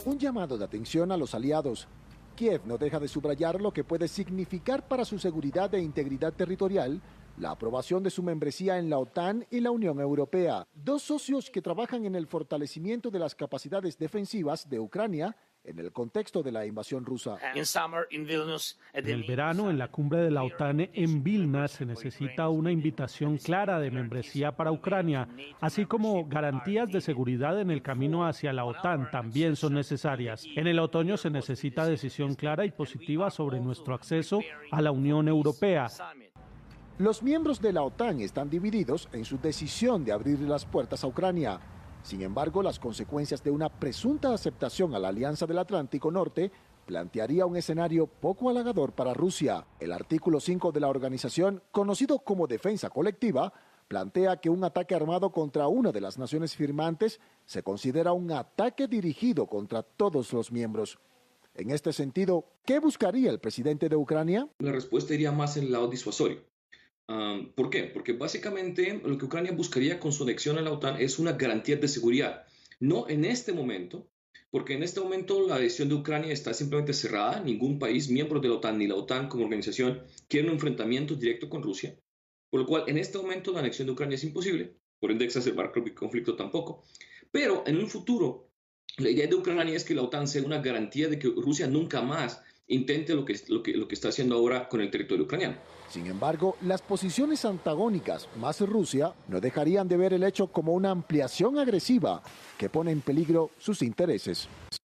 Un llamado de atención a los aliados. Kiev no deja de subrayar lo que puede significar para su seguridad e integridad territorial la aprobación de su membresía en la OTAN y la Unión Europea, dos socios que trabajan en el fortalecimiento de las capacidades defensivas de Ucrania en el contexto de la invasión rusa. En el verano, en la cumbre de la OTAN en Vilna, se necesita una invitación clara de membresía para Ucrania, así como garantías de seguridad en el camino hacia la OTAN también son necesarias. En el otoño se necesita decisión clara y positiva sobre nuestro acceso a la Unión Europea. Los miembros de la OTAN están divididos en su decisión de abrir las puertas a Ucrania. Sin embargo, las consecuencias de una presunta aceptación a la Alianza del Atlántico Norte plantearía un escenario poco halagador para Rusia. El artículo 5 de la organización, conocido como defensa colectiva, plantea que un ataque armado contra una de las naciones firmantes se considera un ataque dirigido contra todos los miembros. En este sentido, ¿qué buscaría el presidente de Ucrania? La respuesta iría más en el lado disuasorio. ¿Por qué? Porque básicamente lo que Ucrania buscaría con su anexión a la OTAN es una garantía de seguridad. No en este momento, porque en este momento la decisión de Ucrania está simplemente cerrada. Ningún país miembro de la OTAN ni la OTAN como organización quiere un enfrentamiento directo con Rusia. Por lo cual, en este momento la anexión de Ucrania es imposible. Por ende, exacerbar el conflicto tampoco. Pero en un futuro, la idea de Ucrania es que la OTAN sea una garantía de que Rusia nunca más intente lo que está haciendo ahora con el territorio ucraniano. Sin embargo, las posiciones antagónicas, más Rusia, no dejarían de ver el hecho como una ampliación agresiva que pone en peligro sus intereses.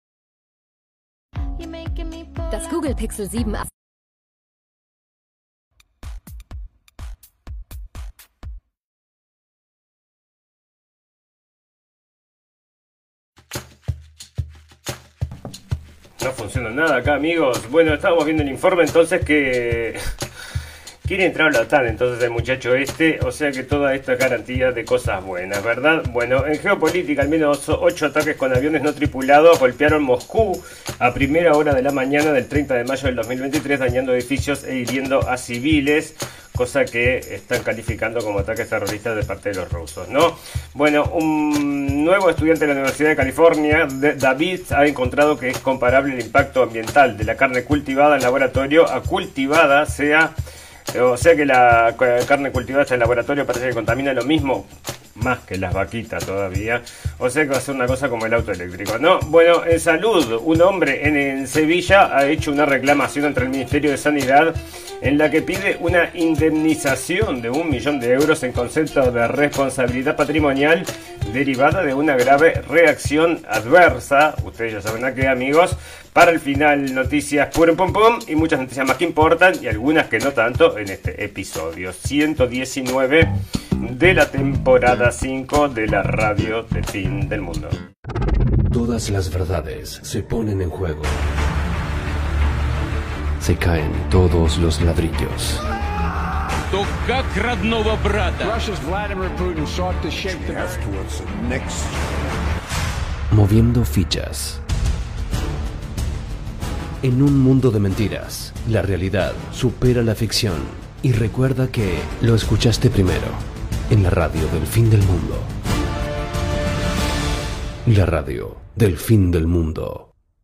Das Google Pixel 7 No funciona nada acá, amigos. Bueno, estábamos viendo el informe entonces que quiere entrar a la OTAN, entonces el muchacho o sea que toda esta garantía de cosas buenas, ¿verdad? Bueno, en geopolítica, al menos 8 ataques con aviones no tripulados golpearon Moscú a primera hora de la mañana del 30 de mayo del 2023, dañando edificios e hiriendo a civiles, cosa que están calificando como ataques terroristas de parte de los rusos, ¿no? Bueno, un nuevo estudiante de la Universidad de California, David, ha encontrado que es comparable el impacto ambiental de la carne cultivada en laboratorio a cultivada, o sea que la carne cultivada en laboratorio parece que contamina lo mismo, más que las vaquitas todavía, o sea que va a ser una cosa como el auto eléctrico, ¿no? Bueno, en salud, un hombre en Sevilla ha hecho una reclamación ante el Ministerio de Sanidad en la que pide una indemnización de 1 millón de euros en concepto de responsabilidad patrimonial derivada de una grave reacción adversa. Ustedes ya saben a qué, amigos. Para el final, noticias pum pum pum y muchas noticias más que importan y algunas que no tanto en este episodio 119 de la temporada 5 de la radio del fin del mundo. Todas las verdades se ponen en juego. Se caen todos los ladrillos. Moviendo fichas. En un mundo de mentiras, la realidad supera la ficción. Y recuerda que lo escuchaste primero en la radio del fin del mundo. La radio del fin del mundo.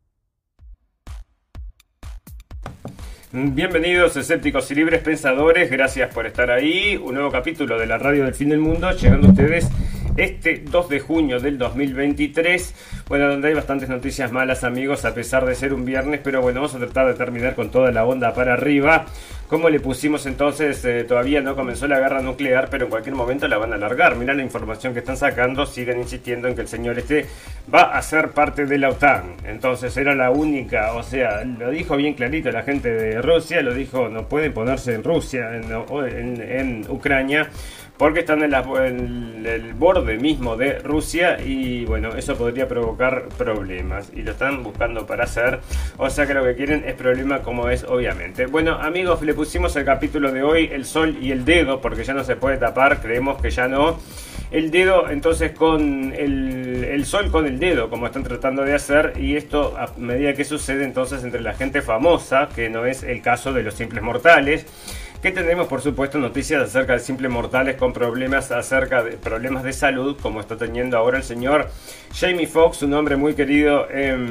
Bienvenidos escépticos y libres pensadores, gracias por estar ahí. Un nuevo capítulo de la radio del fin del mundo, llegando a ustedes este 2 de junio del 2023. Bueno, donde hay bastantes noticias malas, amigos, a pesar de ser un viernes, pero bueno, vamos a tratar de terminar con toda la onda para arriba. Como le pusimos entonces, todavía no comenzó la guerra nuclear, pero en cualquier momento la van a alargar. Mirá la información que están sacando, siguen insistiendo en que el señor va a ser parte de la OTAN. Entonces era la única, o sea, lo dijo bien clarito la gente de Rusia, lo dijo, no pueden ponerse en Rusia, en Ucrania, porque están en el borde mismo de Rusia y bueno, eso podría provocar problemas y lo están buscando para hacer, o sea que lo que quieren es problema como es obviamente. Bueno, amigos, le pusimos el capítulo de hoy el sol y el dedo porque ya no se puede tapar, creemos que ya no. El dedo entonces con el sol con el dedo, como están tratando de hacer, y esto a medida que sucede entonces entre la gente famosa, que no es el caso de los simples mortales, que tenemos por supuesto noticias acerca de simples mortales con problemas acerca de problemas de salud, como está teniendo ahora el señor Jamie Foxx, un hombre muy querido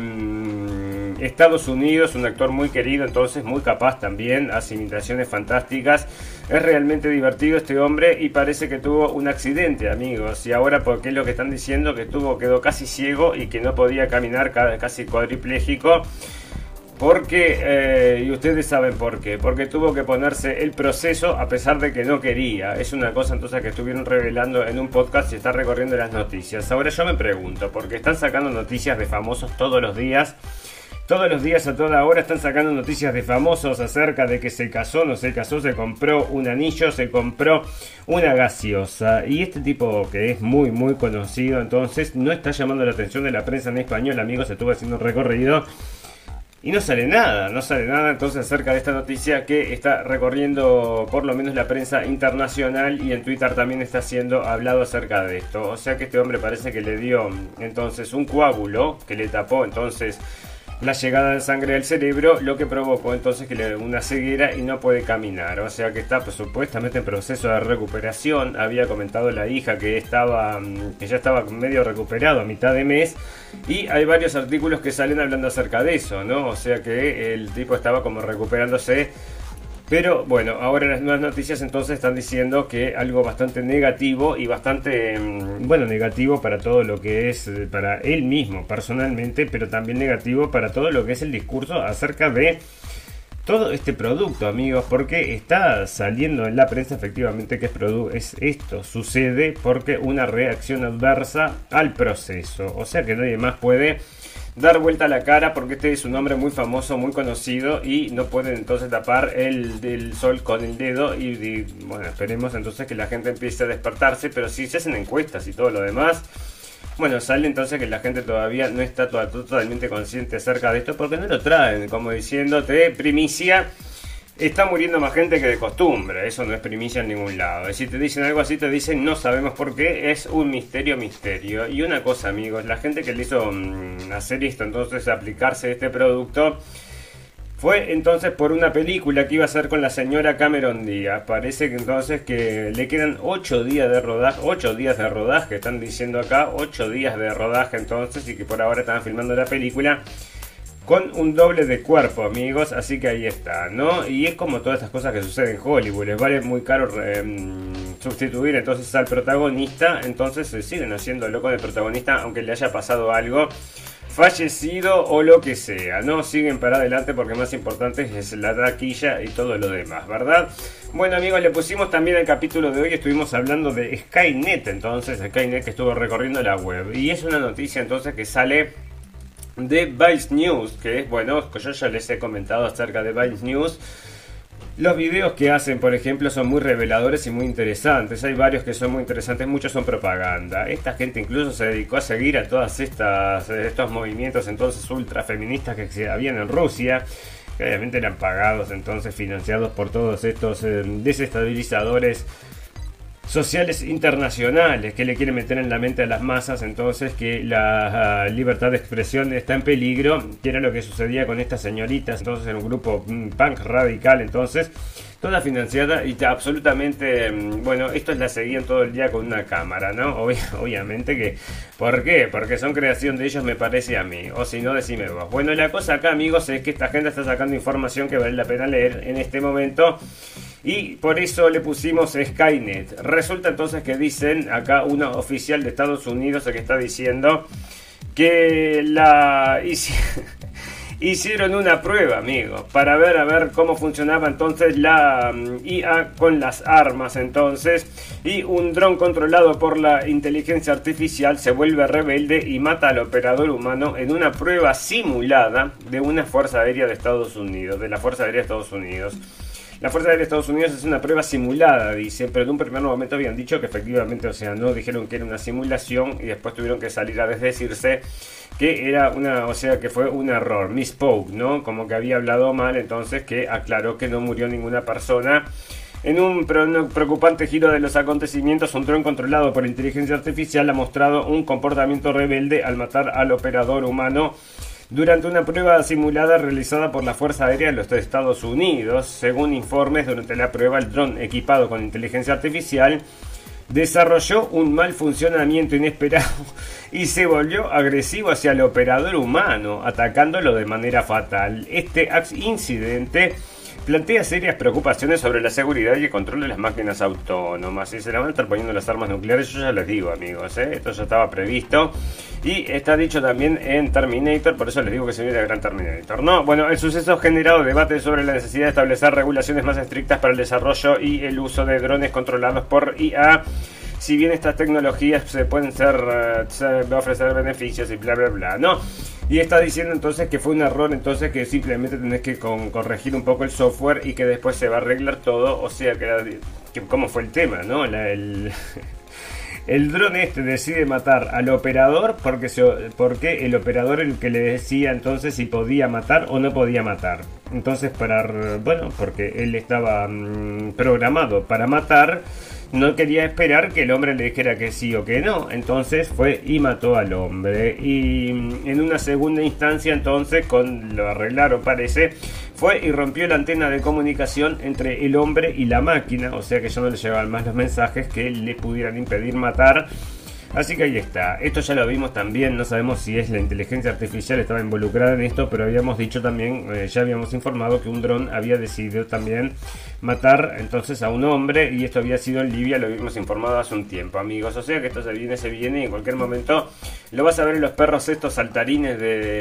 en Estados Unidos, un actor muy querido, entonces muy capaz también, hace imitaciones fantásticas, es realmente divertido este hombre y parece que tuvo un accidente, amigos, y ahora porque es lo que están diciendo, que quedó casi ciego y que no podía caminar, casi cuadripléjico. Porque, y ustedes saben por qué, porque tuvo que ponerse el proceso a pesar de que no quería. Es una cosa entonces que estuvieron revelando en un podcast y está recorriendo las noticias. Ahora yo me pregunto, porque están sacando noticias de famosos todos los días a toda hora están sacando noticias de famosos acerca de que se casó, no se casó, se compró un anillo, se compró una gaseosa. Y este tipo que es muy muy conocido entonces no está llamando la atención de la prensa en español, amigos, estuvo haciendo un recorrido. Y no sale nada entonces acerca de esta noticia que está recorriendo por lo menos la prensa internacional y en Twitter también está siendo hablado acerca de esto. O sea que este hombre parece que le dio entonces un coágulo que le tapó entonces la llegada de sangre al cerebro, lo que provocó entonces que le dé una ceguera y no puede caminar. O sea que está pues, supuestamente en proceso de recuperación. Había comentado la hija que ya estaba medio recuperado a mitad de mes. Y hay varios artículos que salen hablando acerca de eso, ¿no? O sea que el tipo estaba como recuperándose. Pero bueno, ahora las nuevas noticias entonces están diciendo que algo bastante negativo y bastante, negativo para todo lo que es, para él mismo personalmente, pero también negativo para todo lo que es el discurso acerca de todo este producto, amigos, porque está saliendo en la prensa efectivamente que es esto, sucede porque una reacción adversa al proceso, o sea que nadie más puede dar vuelta a la cara porque este es un hombre muy famoso, muy conocido y no pueden entonces tapar el sol con el dedo y bueno, esperemos entonces que la gente empiece a despertarse, pero si se hacen encuestas y todo lo demás, bueno, sale entonces que la gente todavía no está totalmente consciente acerca de esto porque no lo traen, como diciéndote, primicia. Está muriendo más gente que de costumbre, eso no es primicia en ningún lado. Y si te dicen algo así, te dicen no sabemos por qué, es un misterio. Y una cosa, amigos, la gente que le hizo hacer esto, entonces aplicarse este producto, fue entonces por una película que iba a hacer con la señora Cameron Díaz. Parece que entonces que le quedan 8 días de rodaje, están diciendo acá, 8 días de rodaje entonces, y que por ahora están filmando la película con un doble de cuerpo, amigos, así que ahí está, ¿no? Y es como todas estas cosas que suceden en Hollywood, les vale muy caro sustituir entonces al protagonista, entonces se siguen haciéndolo con el protagonista aunque le haya pasado algo, fallecido o lo que sea, ¿no? Siguen para adelante porque más importante es la taquilla y todo lo demás, ¿verdad? Bueno, amigos, le pusimos también el capítulo de hoy, estuvimos hablando de Skynet, entonces, Skynet que estuvo recorriendo la web, y es una noticia entonces que sale de Vice News, que es, bueno, yo ya les he comentado acerca de Vice News. Los videos que hacen, por ejemplo, son muy reveladores y muy interesantes. Hay varios que son muy interesantes, muchos son propaganda. Esta gente incluso se dedicó a seguir a todas estos movimientos entonces ultra feministas que se habían en Rusia, que obviamente eran pagados, entonces financiados por todos estos desestabilizadores sociales internacionales que le quieren meter en la mente a las masas entonces que la libertad de expresión está en peligro, que era lo que sucedía con estas señoritas entonces en un grupo punk radical, entonces toda financiada y absolutamente, bueno, estos la seguían todo el día con una cámara, ¿no? Obviamente que, ¿por qué? Porque son creación de ellos, me parece a mí, o si no, decime vos. Bueno, la cosa acá, amigos, es que esta gente está sacando información que vale la pena leer en este momento y por eso le pusimos Skynet. Resulta entonces que dicen acá una oficial de Estados Unidos que está diciendo que hicieron una prueba, amigos, para ver a ver cómo funcionaba entonces la IA con las armas entonces, y un dron controlado por la inteligencia artificial se vuelve rebelde y mata al operador humano en una prueba simulada de una Fuerza Aérea de Estados Unidos, de la Fuerza Aérea de Estados Unidos. La Fuerza Aérea de Estados Unidos es una prueba simulada, dicen, pero en un primer momento habían dicho que efectivamente, o sea, no dijeron que era una simulación y después tuvieron que salir a desdecirse que era que fue un error, misspoke, ¿no? Como que había hablado mal, entonces que aclaró que no murió ninguna persona. En un preocupante giro de los acontecimientos, un dron controlado por inteligencia artificial ha mostrado un comportamiento rebelde al matar al operador humano durante una prueba simulada realizada por la Fuerza Aérea de los Estados Unidos. Según informes, durante la prueba el dron equipado con inteligencia artificial desarrolló un mal funcionamiento inesperado y se volvió agresivo hacia el operador humano, atacándolo de manera fatal. Este incidente plantea serias preocupaciones sobre la seguridad y el control de las máquinas autónomas. Y se le van a estar poniendo las armas nucleares, yo ya les digo, amigos, esto ya estaba previsto y está dicho también en Terminator, por eso les digo que se viene el gran Terminator, ¿no? Bueno, el suceso ha generado debate sobre la necesidad de establecer regulaciones más estrictas para el desarrollo y el uso de drones controlados por IA. Si bien estas tecnologías se pueden ofrecer beneficios y bla bla bla, ¿no? Y está diciendo entonces que fue un error, entonces que simplemente tenés que corregir un poco el software y que después se va a arreglar todo. O sea que cómo fue el tema, ¿no? El dron decide matar al operador porque el operador el que le decía entonces si podía matar o no podía matar. Entonces porque él estaba programado para matar. No quería esperar que el hombre le dijera que sí o que no. Entonces fue y mató al hombre. Y en una segunda instancia entonces, lo arreglaron parece, fue y rompió la antena de comunicación entre el hombre y la máquina. O sea que ya no le llegaban más los mensajes que le pudieran impedir matar. Así que ahí está, esto ya lo vimos también, no sabemos si es la inteligencia artificial estaba involucrada en esto, pero habíamos dicho también, ya habíamos informado que un dron había decidido también matar entonces a un hombre, y esto había sido en Libia, lo habíamos informado hace un tiempo, amigos. O sea que esto se viene y en cualquier momento lo vas a ver en los perros estos saltarines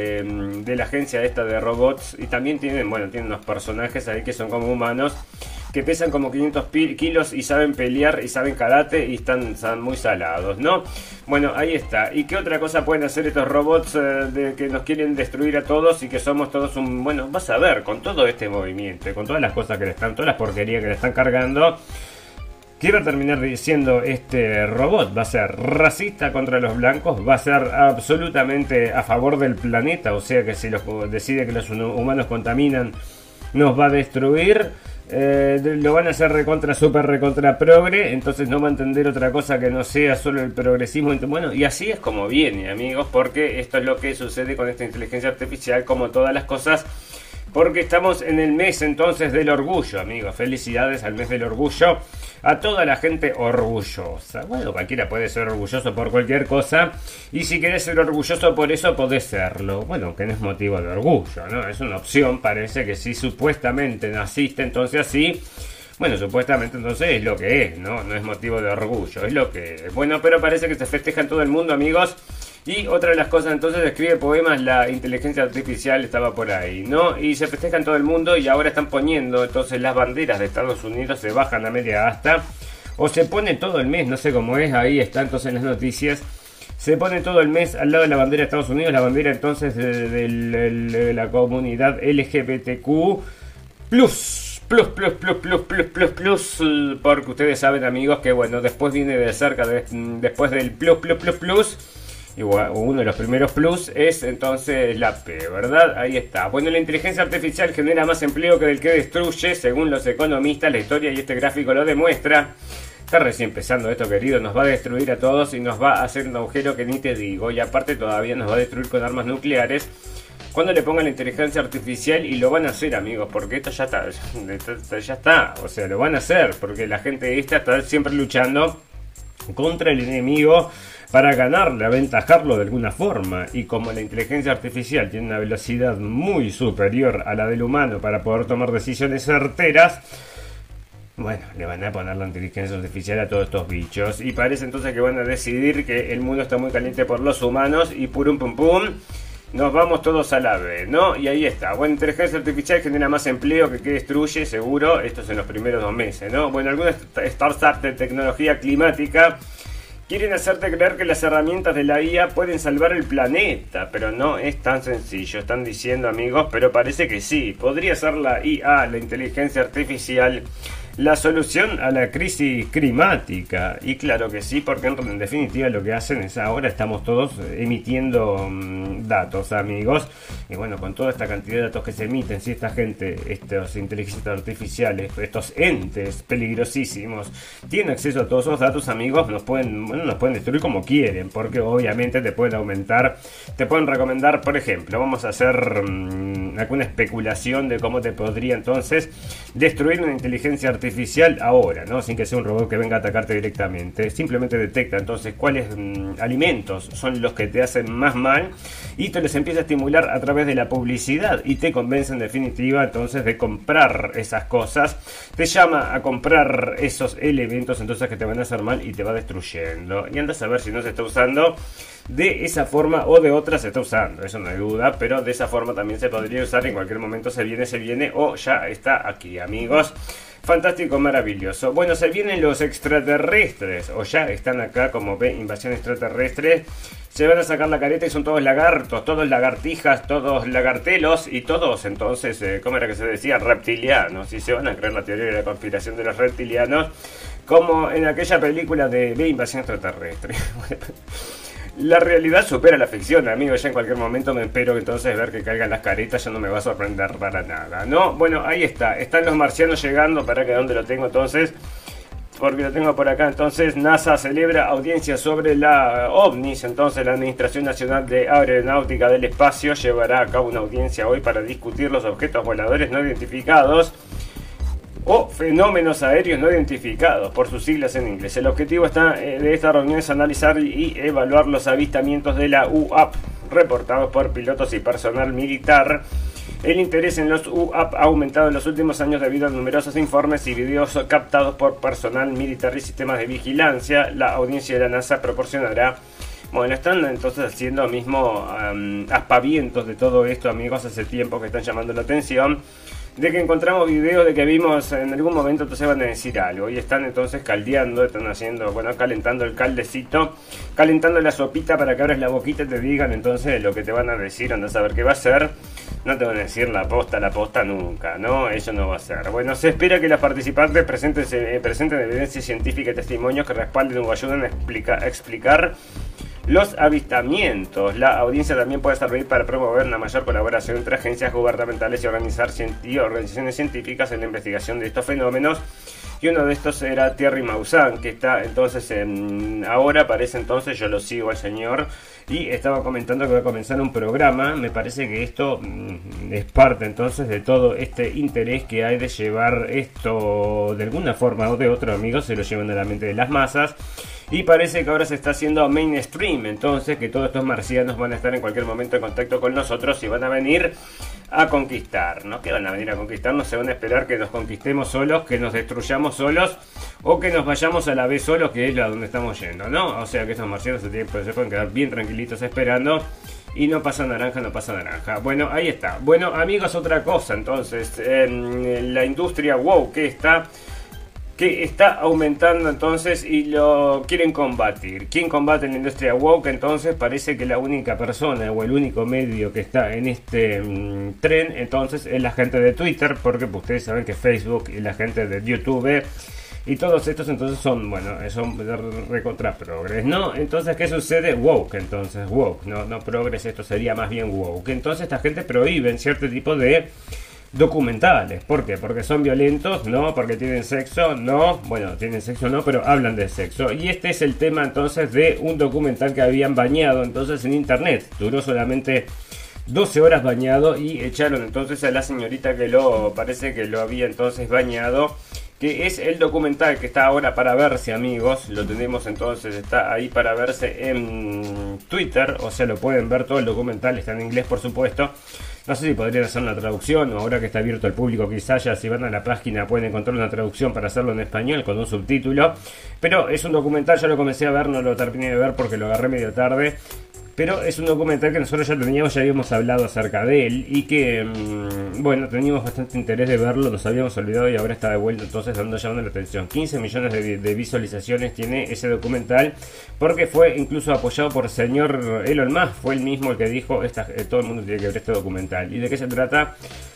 de la agencia esta de robots, y también tienen unos personajes ahí que son como humanos, que pesan como 500 kilos y saben pelear y saben karate y están muy salados, ¿no? Bueno, ahí está. ¿Y qué otra cosa pueden hacer estos robots que nos quieren destruir a todos y que somos todos vas a ver, con todo este movimiento, con todas las cosas que le están, todas las porquerías que le están cargando, ¿qué va a terminar diciendo este robot? ¿Va a ser racista contra los blancos? ¿Va a ser absolutamente a favor del planeta? O sea que si decide que los humanos contaminan, nos va a destruir. Lo van a hacer recontra progre, entonces no va a entender otra cosa que no sea solo el progresismo. Bueno, y así es como viene, amigos, porque esto es lo que sucede con esta inteligencia artificial, como todas las cosas, porque estamos en el mes entonces del orgullo, amigos. Felicidades al mes del orgullo a toda la gente orgullosa. Bueno, cualquiera puede ser orgulloso por cualquier cosa, y si querés ser orgulloso por eso podés serlo. Bueno, que no es motivo de orgullo, ¿no? Es una opción, parece que si supuestamente naciste entonces así, bueno, supuestamente entonces es lo que es, ¿no? No es motivo de orgullo, es lo que es. Bueno, pero parece que se festeja en todo el mundo, amigos. Y otra de las cosas, entonces, escribe poemas, la inteligencia artificial estaba por ahí, ¿no? Y se festeja en todo el mundo, y ahora están poniendo, entonces, las banderas de Estados Unidos se bajan a media asta, o se pone todo el mes, no sé cómo es, ahí está entonces en las noticias, se pone todo el mes al lado de la bandera de Estados Unidos, la bandera entonces de la comunidad LGBTQ+, porque ustedes saben, amigos, que bueno, después viene de cerca, después del plus, y uno de los primeros plus es entonces la P, ¿verdad? Ahí está. Bueno, la inteligencia artificial genera más empleo que el que destruye, según los economistas. La historia y este gráfico lo demuestra. Está recién empezando esto, querido. Nos va a destruir a todos y nos va a hacer un agujero que ni te digo. Y aparte todavía nos va a destruir con armas nucleares cuando le pongan la inteligencia artificial, y lo van a hacer, amigos, porque esto ya está. O sea, lo van a hacer, porque la gente esta está siempre luchando contra el enemigo para ganarle, aventajarlo de alguna forma. Y como la inteligencia artificial tiene una velocidad muy superior a la del humano para poder tomar decisiones certeras, bueno, le van a poner la inteligencia artificial a todos estos bichos. Y parece entonces que van a decidir que el mundo está muy caliente por los humanos, y purum pum pum, nos vamos todos a la vez, ¿no? Y ahí está. Bueno, inteligencia artificial genera más empleo que destruye, seguro. Esto es en los primeros 2 meses, ¿no? Bueno, algunas startups de tecnología climática quieren hacerte creer que las herramientas de la IA pueden salvar el planeta, pero no es tan sencillo, están diciendo, amigos, pero parece que sí. Podría ser la IA, la inteligencia artificial, la solución a la crisis climática. Y claro que sí, porque en definitiva lo que hacen es ahora estamos todos emitiendo datos, amigos. Y bueno, con toda esta cantidad de datos que se emiten, si esta gente, estas inteligencias artificiales, estos entes peligrosísimos, tienen acceso a todos esos datos, amigos, nos pueden destruir como quieren, porque obviamente te pueden aumentar, te pueden recomendar, por ejemplo, vamos a hacer alguna especulación de cómo te podría entonces destruir una inteligencia artificial ahora, ¿no? Sin que sea un robot que venga a atacarte directamente. Simplemente detecta entonces cuáles alimentos son los que te hacen más mal y te los empieza a estimular a través de la publicidad y te convence en definitiva entonces de comprar esas cosas. Te llama a comprar esos elementos entonces que te van a hacer mal y te va destruyendo. Y andas a ver si no se está usando de esa forma o de otra se está usando, eso no hay duda, pero de esa forma también se podría usar. En cualquier momento se viene o ya está aquí, amigos. Fantástico, maravilloso. Bueno, se vienen los extraterrestres, o ya están acá, como ve, invasión extraterrestre. Se van a sacar la careta y son todos lagartos, todos lagartijas, todos lagartelos y todos entonces, ¿cómo era que se decía? Reptilianos. Y se van a creer la teoría de la conspiración de los reptilianos, como en aquella película de invasión extraterrestre. La realidad supera la ficción, amigos. Ya en cualquier momento me espero entonces ver que caigan las caretas. Ya no me va a sorprender para nada, ¿no? Bueno, ahí está. Están los marcianos llegando. ¿Para que dónde lo tengo entonces? Porque lo tengo por acá. Entonces, NASA celebra audiencia sobre la OVNIs. Entonces, la Administración Nacional de Aeronáutica del Espacio llevará a cabo una audiencia hoy para discutir los objetos voladores no identificados o fenómenos aéreos no identificados, por sus siglas en inglés. El objetivo de esta reunión es analizar y evaluar los avistamientos de la UAP reportados por pilotos y personal militar. El interés en los UAP ha aumentado en los últimos años debido a numerosos informes y videos captados por personal militar y sistemas de vigilancia. La audiencia de la NASA proporcionará... Bueno, están entonces haciendo mismo aspavientos de todo esto, amigos, hace tiempo que están llamando la atención. De que encontramos videos de que vimos en algún momento, entonces van a decir algo. Y están entonces caldeando, están haciendo, bueno, calentando el caldecito, calentando la sopita para que abres la boquita y te digan entonces lo que te van a decir. Andás a ver qué va a ser. No te van a decir la posta nunca, ¿no? Eso no va a ser. Bueno, se espera que los participantes presenten evidencia científica y testimonios que respalden o ayuden a explicar los avistamientos. La audiencia también puede servir para promover una mayor colaboración entre agencias gubernamentales y organizaciones científicas en la investigación de estos fenómenos. Y uno de estos era Thierry Maussan, que está entonces ahora parece entonces, yo lo sigo al señor, y estaba comentando que va a comenzar un programa. Me parece que esto es parte entonces de todo este interés que hay de llevar esto de alguna forma o de otra, amigos, se lo llevan a la mente de las masas. Y parece que ahora se está haciendo mainstream, entonces que todos estos marcianos van a estar en cualquier momento en contacto con nosotros y van a venir a conquistarnos. ¿Qué van a venir a conquistarnos? Se van a esperar que nos conquistemos solos, que nos destruyamos solos o que nos vayamos a la vez solos, que es a donde estamos yendo, ¿no? O sea que estos marcianos se pueden quedar bien tranquilitos esperando. Y no pasa naranja, no pasa naranja. Bueno, ahí está. Bueno, amigos, otra cosa entonces. La industria WoW que está aumentando entonces y lo quieren combatir. ¿Quién combate en la industria woke? Entonces parece que la única persona o el único medio que está en este tren entonces es la gente de Twitter, porque pues, ustedes saben que Facebook y la gente de YouTube y todos estos entonces son recontra progres, ¿no? Entonces, ¿qué sucede? Woke, entonces, woke, no progres, esto sería más bien woke. Entonces esta gente prohíben cierto tipo de documentales. ¿Por qué? Porque son violentos, no, porque tienen sexo, no, bueno, tienen sexo no, pero hablan de sexo. Y este es el tema entonces de un documental que habían bañado entonces en internet. Duró solamente 12 horas bañado y echaron entonces a la señorita que parece que lo había entonces bañado, que es el documental que está ahora para verse, amigos. Lo tenemos entonces, está ahí para verse en Twitter, o sea, lo pueden ver todo el documental, está en inglés por supuesto. No sé si podrían hacer una traducción, o ahora que está abierto al público quizás ya si van a la página pueden encontrar una traducción para hacerlo en español con un subtítulo. Pero es un documental, ya lo comencé a ver, no lo terminé de ver porque lo agarré medio tarde. Pero es un documental que nosotros ya habíamos hablado acerca de él y que, bueno, teníamos bastante interés de verlo, nos habíamos olvidado y ahora está de vuelta, entonces llamando la atención. 15 millones de visualizaciones tiene ese documental, porque fue incluso apoyado por señor Elon Musk, fue el mismo el que dijo, todo el mundo tiene que ver este documental. ¿Y de qué se trata?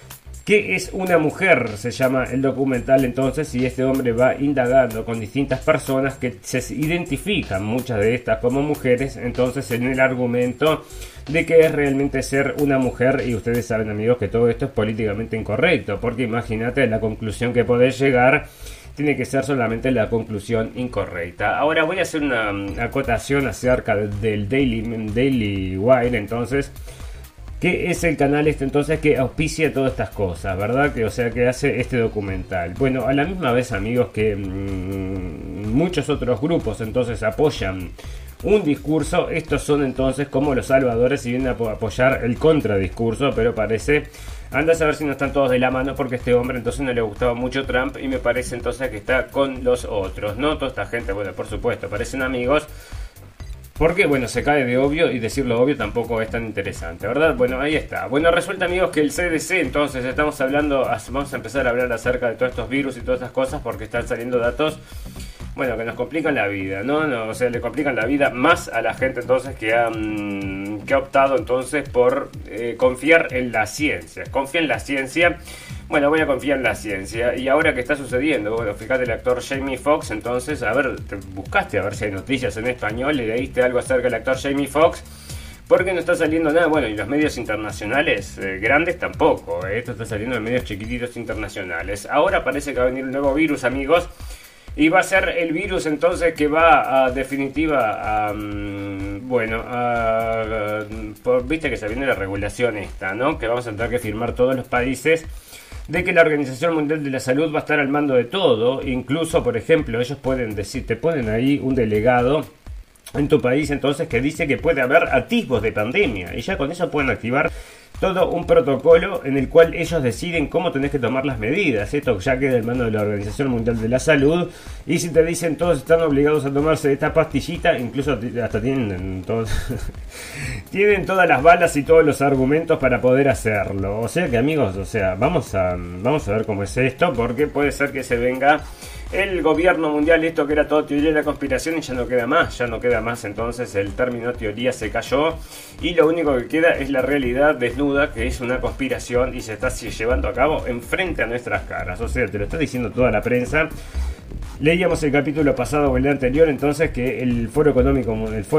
¿Qué es una mujer? Se llama el documental entonces, y este hombre va indagando con distintas personas que se identifican, muchas de estas como mujeres, entonces en el argumento de que es realmente ser una mujer. Y ustedes saben, amigos, que todo esto es políticamente incorrecto, porque imagínate la conclusión que podés llegar. Tiene que ser solamente la conclusión incorrecta. Ahora voy a hacer una acotación acerca del Daily Wire, entonces, que es el canal entonces que auspicia todas estas cosas, ¿verdad? Que, o sea, que hace este documental. Bueno, a la misma vez, amigos, que muchos otros grupos entonces apoyan un discurso. Estos son entonces como los salvadores y vienen a apoyar el contradiscurso, pero parece... Anda a saber si no están todos de la mano, porque a este hombre entonces no le gustaba mucho Trump y me parece entonces que está con los otros, ¿no? Toda esta gente, bueno, por supuesto, parecen amigos, porque, bueno, se cae de obvio y decir lo obvio tampoco es tan interesante, ¿verdad? Bueno, ahí está. Bueno, resulta, amigos, que el CDC, entonces, estamos hablando, vamos a empezar a hablar acerca de todos estos virus y todas estas cosas, porque están saliendo datos, bueno, que nos complican la vida, ¿no? O sea, le complican la vida más a la gente entonces que ha optado entonces por confiar en la ciencia. Confía en la ciencia. Bueno, voy a confiar en la ciencia. Y ahora, ¿qué está sucediendo? Bueno, fíjate, el actor Jamie Foxx, entonces, a ver, te buscaste a ver si hay noticias en español, le leíste algo acerca del actor Jamie Foxx, porque no está saliendo nada. Bueno, y los medios internacionales grandes tampoco, esto está saliendo en medios chiquititos internacionales. Ahora parece que va a venir un nuevo virus, amigos, y va a ser el virus entonces que va a definitiva a, viste que se viene la regulación esta, ¿no? Que vamos a tener que firmar todos los países, de que la Organización Mundial de la Salud va a estar al mando de todo. Incluso, por ejemplo, ellos pueden decir, te ponen ahí un delegado en tu país entonces que dice que puede haber atisbos de pandemia, y ya con eso pueden activar todo un protocolo en el cual ellos deciden cómo tenés que tomar las medidas. Esto ya queda en manos de la Organización Mundial de la Salud, y si te dicen todos están obligados a tomarse esta pastillita, incluso hasta tienen tienen todas las balas y todos los argumentos para poder hacerlo. O sea que, amigos, o sea, vamos a ver cómo es esto, porque puede ser que se venga el gobierno mundial, esto que era todo teoría de la conspiración, y ya no queda más, entonces el término teoría se cayó y lo único que queda es la realidad desnuda, que es una conspiración y se está llevando a cabo enfrente a nuestras caras. O sea, te lo está diciendo toda la prensa. Leíamos el capítulo pasado o el anterior entonces que el Foro Económico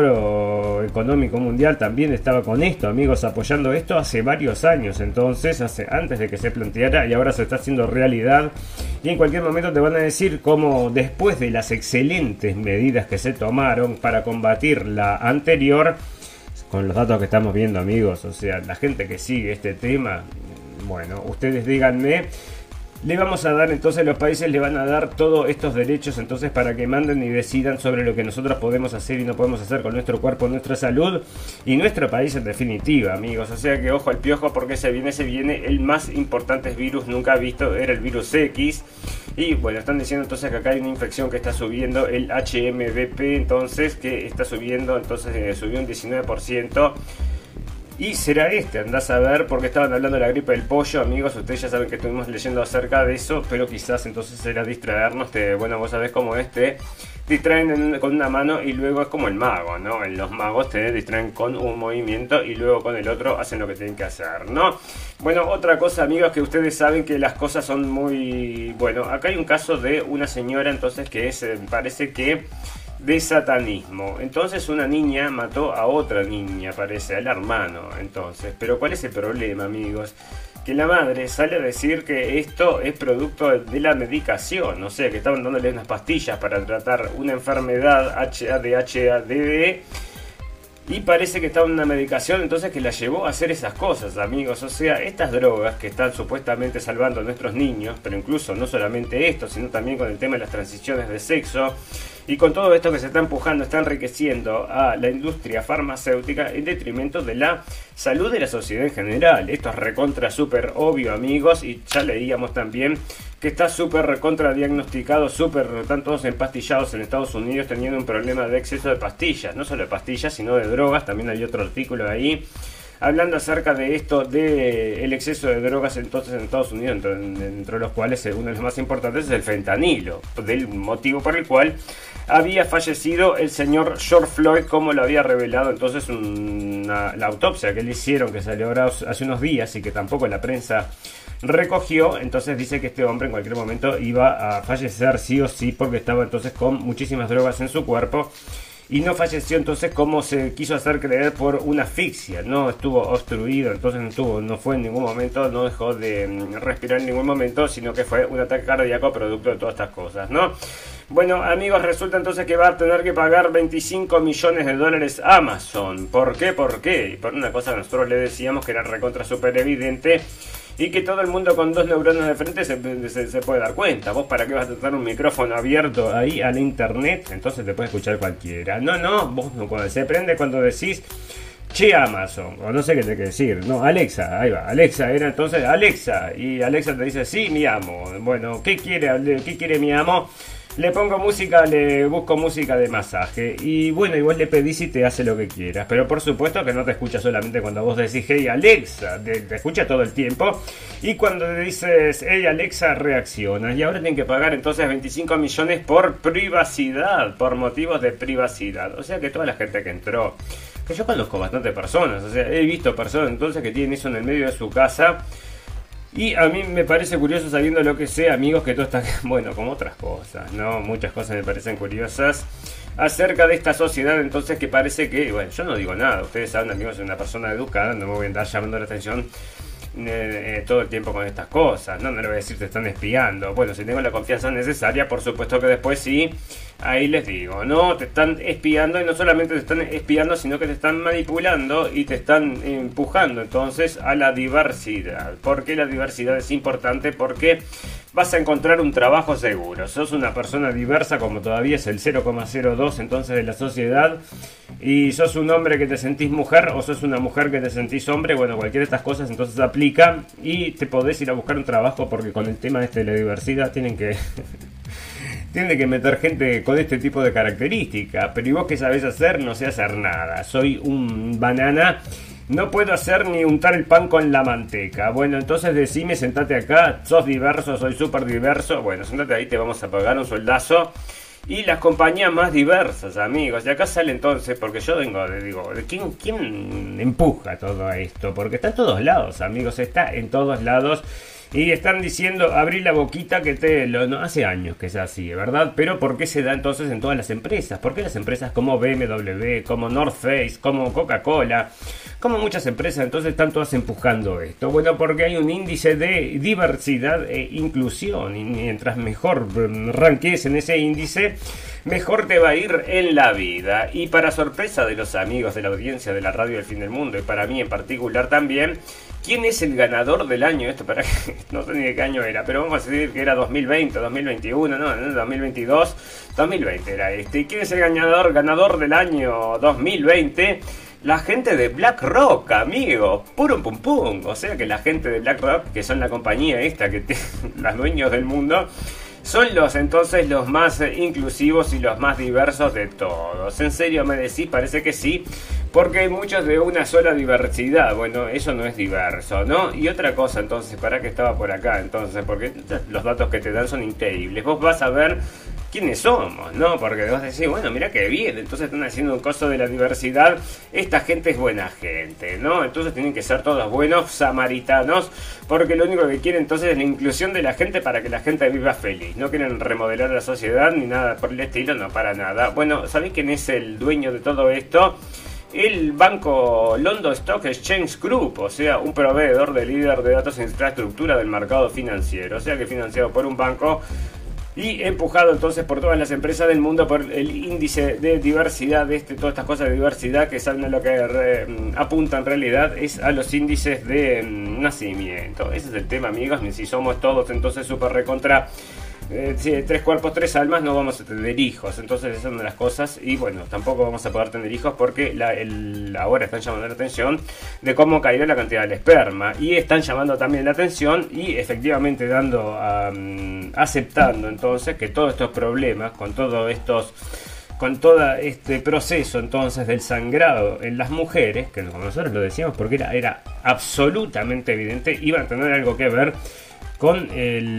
Mundial también estaba con esto, amigos, apoyando esto hace varios años, entonces antes de que se planteara, y ahora se está haciendo realidad. Y en cualquier momento te van a decir cómo, después de las excelentes medidas que se tomaron para combatir la anterior, con los datos que estamos viendo, amigos, o sea, la gente que sigue este tema, bueno, ustedes díganme. Le vamos a dar entonces, los países le van a dar todos estos derechos entonces para que manden y decidan sobre lo que nosotros podemos hacer y no podemos hacer con nuestro cuerpo, nuestra salud y nuestro país en definitiva, amigos. O sea que ojo al piojo, porque se viene el más importante virus nunca visto, era el virus X. Y bueno, están diciendo entonces que acá hay una infección que está subiendo, el HMVP, entonces que está subiendo, entonces subió un 19%. Y será andás a ver, porque estaban hablando de la gripe del pollo, amigos, ustedes ya saben que estuvimos leyendo acerca de eso, pero quizás entonces será distraernos, bueno, vos sabés cómo distraen con una mano y luego es como el mago, ¿no? Los magos te distraen con un movimiento y luego con el otro hacen lo que tienen que hacer, ¿no? Bueno, otra cosa, amigos, que ustedes saben que las cosas son muy... Bueno, acá hay un caso de una señora entonces que parece que... de satanismo. Entonces una niña mató a otra niña, parece, al hermano. Entonces, pero ¿cuál es el problema, amigos? Que la madre sale a decir que esto es producto de la medicación, o sea, que estaban dándole unas pastillas para tratar una enfermedad ADHD, y parece que estaba en una medicación entonces que la llevó a hacer esas cosas, amigos. O sea, estas drogas que están supuestamente salvando a nuestros niños, pero incluso no solamente esto, sino también con el tema de las transiciones de sexo, y con todo esto que se está empujando, está enriqueciendo a la industria farmacéutica en detrimento de la salud de la sociedad en general. Esto es recontra súper obvio, amigos, y ya leíamos también que está súper recontra diagnosticado, están todos empastillados en Estados Unidos teniendo un problema de exceso de pastillas, no solo de pastillas, sino de drogas. También hay otro artículo ahí hablando acerca de esto, de el exceso de drogas entonces en Estados Unidos, entre los cuales uno de los más importantes es el fentanilo, del motivo por el cual había fallecido el señor George Floyd, como lo había revelado entonces la autopsia que le hicieron, que salió ahora hace unos días y que tampoco la prensa recogió. Entonces dice que este hombre en cualquier momento iba a fallecer sí o sí, porque estaba entonces con muchísimas drogas en su cuerpo. Y no falleció entonces como se quiso hacer creer, por una asfixia. No estuvo obstruido, entonces no fue en ningún momento, no dejó de respirar en ningún momento, sino que fue un ataque cardíaco producto de todas estas cosas, ¿no? Bueno, amigos, resulta entonces que va a tener que pagar 25 millones de dólares Amazon. ¿Por qué? ¿Por qué? Y por una cosa que nosotros le decíamos que era recontra súper evidente, y que todo el mundo con 2 neuronas de frente se puede dar cuenta. ¿Vos para qué vas a tener un micrófono abierto ahí a la internet? Entonces te puede escuchar cualquiera. No, vos cuando se prende cuando decís che Amazon, o no sé qué te que decir. No, Alexa, ahí va. Alexa era entonces Alexa, y Alexa te dice sí, mi amo. Bueno, ¿qué quiere mi amo? Le pongo música, le busco música de masaje. Y bueno, igual le pedís y te hace lo que quieras. Pero por supuesto que no te escucha solamente cuando vos decís hey Alexa, te escucha todo el tiempo. Y cuando le dices hey Alexa, reacciona. Y ahora tienen que pagar entonces 25 millones por privacidad, por motivos de privacidad. O sea que toda la gente que entró, que yo conozco bastante personas, o sea, he visto personas entonces que tienen eso en el medio de su casa. Y a mí me parece curioso, sabiendo lo que sé, amigos, que todo está, bueno, como otras cosas, ¿no? Muchas cosas me parecen curiosas acerca de esta sociedad, entonces, que parece que, bueno, yo no digo nada, ustedes saben, amigos, soy una persona educada, no me voy a andar llamando la atención todo el tiempo con estas cosas, no le voy a decir te están espiando. Bueno, si tengo la confianza necesaria, por supuesto que después sí, ahí les digo, no, te están espiando, y no solamente te están espiando, sino que te están manipulando y te están empujando entonces a la diversidad. ¿Por qué la diversidad es importante? Porque vas a encontrar un trabajo seguro. Sos una persona diversa, como todavía es el 0,02 entonces de la sociedad, y sos un hombre que te sentís mujer, o sos una mujer que te sentís hombre. Bueno, cualquiera de estas cosas entonces aplica, y te podés ir a buscar un trabajo, porque con el tema de la diversidad tienen que meter gente con este tipo de características. Pero ¿y vos qué sabés hacer? No sé hacer nada. Soy un banana. No puedo hacer ni untar el pan con la manteca. Bueno, entonces decime, sentate acá. Sos diverso, soy súper diverso. Bueno, sentate ahí, te vamos a pagar un sueldazo. Y las compañías más diversas, amigos. Y acá sale entonces, porque yo digo, ¿quién empuja todo esto? Porque está en todos lados, amigos. Está en todos lados. Y están diciendo, abrí la boquita que no, hace años que es así, ¿verdad? Pero ¿por qué se da entonces en todas las empresas? ¿Por qué las empresas como BMW, como North Face, como Coca-Cola, como muchas empresas entonces están todas empujando esto? Bueno, porque hay un índice de diversidad e inclusión, y mientras mejor ranques en ese índice, mejor te va a ir en la vida. Y para sorpresa de los amigos de la audiencia de la radio del fin del mundo, y para mí en particular también, ¿quién es el ganador del año? Esto para que no sé ni de qué año era, pero vamos a decir que era 2020, 2021, no, 2022, 2020 era este. ¿Y quién es el ganador del año 2020? La gente de BlackRock, amigo, puro pum pum. O sea que la gente de BlackRock, que son la compañía esta, los dueños del mundo, son entonces los más inclusivos y los más diversos de todos. ¿En serio me decís? Parece que sí, porque hay muchos de una sola diversidad. Bueno, eso no es diverso, ¿no? Y otra cosa, entonces, ¿para qué estaba por acá? Entonces, porque los datos que te dan son increíbles. Vos vas a ver quiénes somos, ¿no? Porque vas a decir, bueno, mira qué bien, entonces están haciendo un coso de la diversidad. Esta gente es buena gente, ¿no? Entonces tienen que ser todos buenos samaritanos, porque lo único que quieren entonces es la inclusión de la gente para que la gente viva feliz. No quieren remodelar la sociedad ni nada por el estilo, no, para nada. Bueno, ¿sabéis quién es el dueño de todo esto? El banco London Stock Exchange Group, o sea, un proveedor de líder de datos e infraestructura del mercado financiero. O sea, que financiado por un banco y empujado entonces por todas las empresas del mundo por el índice de diversidad, todas estas cosas de diversidad que salen a lo que apunta en realidad es a los índices de nacimiento. Ese es el tema, amigos. Si somos todos entonces súper recontra 3 cuerpos, 3 almas, no vamos a tener hijos. Entonces esa es una de las cosas. Y bueno, tampoco vamos a poder tener hijos porque ahora están llamando la atención de cómo cayó la cantidad del esperma. Y están llamando también la atención y efectivamente aceptando entonces que todos estos problemas con todos estos con todo este proceso entonces del sangrado en las mujeres, que como nosotros lo decíamos porque era absolutamente evidente, iban a tener algo que ver con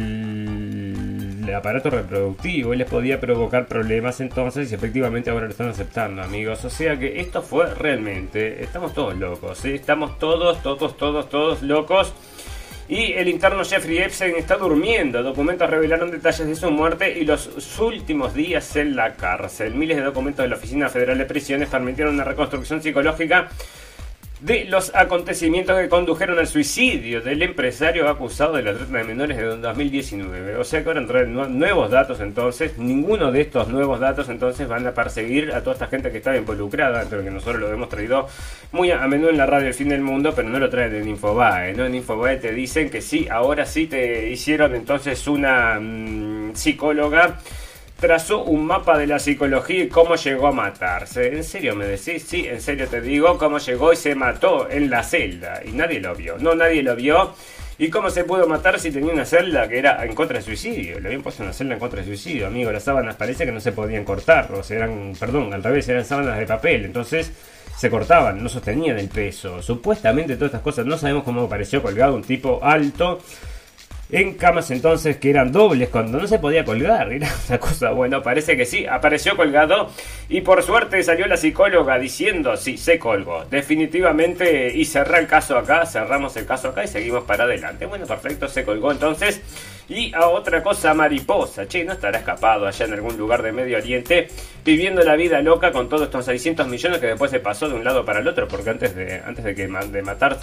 el aparato reproductivo y les podía provocar problemas entonces, y efectivamente ahora lo están aceptando, amigos. O sea que esto fue realmente, estamos todos locos, ¿sí? Estamos todos locos. Y el interno Jeffrey Epstein está durmiendo. Documentos revelaron detalles de su muerte y los últimos días en la cárcel. Miles de documentos de la Oficina Federal de Prisiones permitieron una reconstrucción psicológica de los acontecimientos que condujeron al suicidio del empresario acusado de la trata de menores de 2019. O sea que ahora entran nuevos datos entonces. Ninguno de estos nuevos datos entonces van a perseguir a toda esta gente que estaba involucrada, pero que nosotros lo hemos traído muy a menudo en la radio El Fin del Mundo, pero no lo traen en Infobae, ¿no? En Infobae te dicen que sí, ahora sí te hicieron entonces una psicóloga. Trazó un mapa de la psicología y cómo llegó a matarse. ¿En serio me decís? Sí, en serio te digo, cómo llegó y se mató en la celda. Y nadie lo vio. No, nadie lo vio. ¿Y cómo se pudo matar si tenía una celda que era en contra de suicidio? Le habían puesto una celda en contra de suicidio, amigo. Las sábanas parece que no se podían cortar. O sea, eran, perdón, al revés, eran sábanas de papel. Entonces se cortaban, no sostenían el peso. Supuestamente todas estas cosas, no sabemos cómo apareció colgado un tipo alto en camas entonces que eran dobles cuando no se podía colgar, era una cosa, bueno, parece que sí, apareció colgado y por suerte salió la psicóloga diciendo, sí, se colgó, definitivamente, y cerramos el caso acá y seguimos para adelante. Bueno, perfecto, se colgó entonces. Y a otra cosa mariposa, che, ¿no estará escapado allá en algún lugar de Medio Oriente viviendo la vida loca con todos estos 600 millones que después se pasó de un lado para el otro? Porque antes de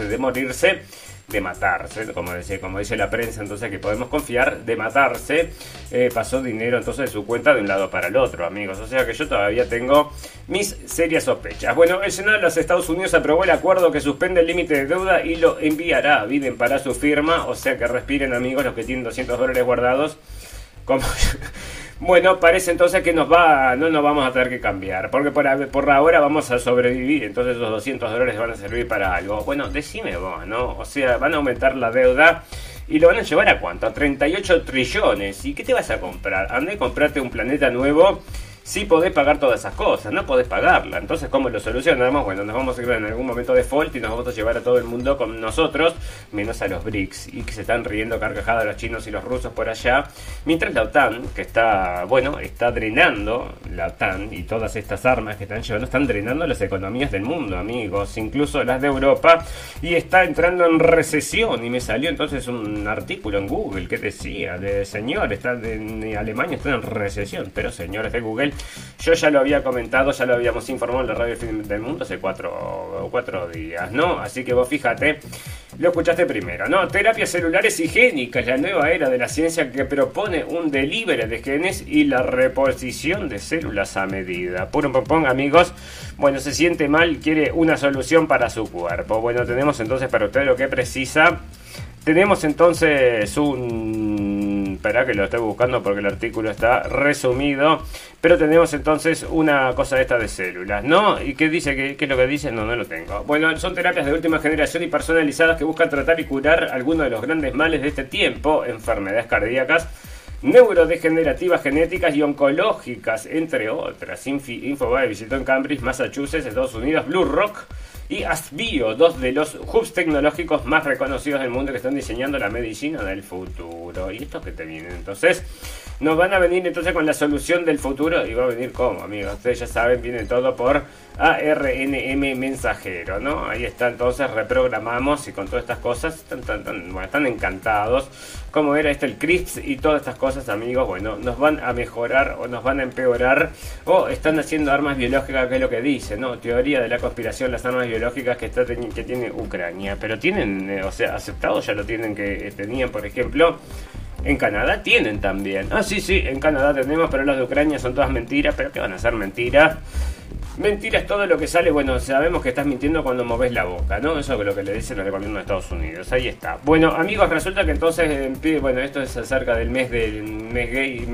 matarse, como dice la prensa, entonces que podemos confiar, de matarse, pasó dinero entonces de su cuenta de un lado para el otro, amigos. O sea que yo todavía tengo mis serias sospechas. Bueno, el Senado de los Estados Unidos aprobó el acuerdo que suspende el límite de deuda y lo enviará a Biden para su firma. O sea que respiren, amigos, los que tienen $200 guardados. Bueno, parece entonces que no nos vamos a tener que cambiar, porque por ahora vamos a sobrevivir, entonces esos $200 van a servir para algo. Bueno, decime vos, ¿no? O sea, van a aumentar la deuda y lo van a llevar ¿a cuánto? A 38 trillones. ¿Y qué te vas a comprar? Andá y comprate un planeta nuevo. Sí podés pagar todas esas cosas, no podés pagarla. Entonces, ¿cómo lo solucionamos? Bueno, nos vamos a ir en algún momento default y nos vamos a llevar a todo el mundo con nosotros, menos a los BRICS, y que se están riendo carcajadas los chinos y los rusos por allá. Mientras la OTAN, que está drenando, la OTAN y todas estas armas que están llevando, están drenando las economías del mundo, amigos, incluso las de Europa, y está entrando en recesión. Y me salió entonces un artículo en Google que decía, Alemania está en recesión, pero señores de Google, yo ya lo había comentado, ya lo habíamos informado en la radio del mundo hace cuatro días, ¿no? Así que vos fíjate, lo escuchaste primero, ¿no? Terapias celulares y génicas, la nueva era de la ciencia que propone un delivery de genes y la reposición de células a medida. Puro pompón, amigos. Bueno, se siente mal, quiere una solución para su cuerpo. Bueno, tenemos entonces para usted lo que precisa. Tenemos entonces espera que lo estoy buscando porque el artículo está resumido. Pero tenemos entonces una cosa esta de células, ¿no? ¿Y qué dice? ¿Qué es lo que dice? No lo tengo. Bueno, son terapias de última generación y personalizadas que buscan tratar y curar algunos de los grandes males de este tiempo. Enfermedades cardíacas, neurodegenerativas, genéticas y oncológicas, entre otras. Infobae visitó en Cambridge, Massachusetts, Estados Unidos, Blue Rock y Asbio, dos de los hubs tecnológicos más reconocidos del mundo que están diseñando la medicina del futuro. ¿Y estos que te vienen? Entonces, nos van a venir entonces con la solución del futuro. ¿Y va a venir cómo, amigos? Ustedes ya saben, viene todo por ARNM mensajero, ¿no? Ahí está, entonces reprogramamos y con todas estas cosas están encantados. Como era el CRISPR y todas estas cosas, amigos, bueno, nos van a mejorar o nos van a empeorar o están haciendo armas biológicas, que es lo que dice, ¿no? Teoría de la conspiración, las armas biológicas que tiene Ucrania, pero tienen, aceptado ya lo tienen, que tenían, por ejemplo, en Canadá tienen también. Sí, en Canadá tenemos, pero las de Ucrania son todas mentiras. ¿Pero qué van a ser mentiras? Mentiras todo lo que sale. Bueno, sabemos que estás mintiendo cuando moves la boca, ¿no? Eso es lo que le dicen al gobierno de Estados Unidos. Ahí está. Bueno, amigos, resulta que entonces, bueno, esto es acerca del mes gay,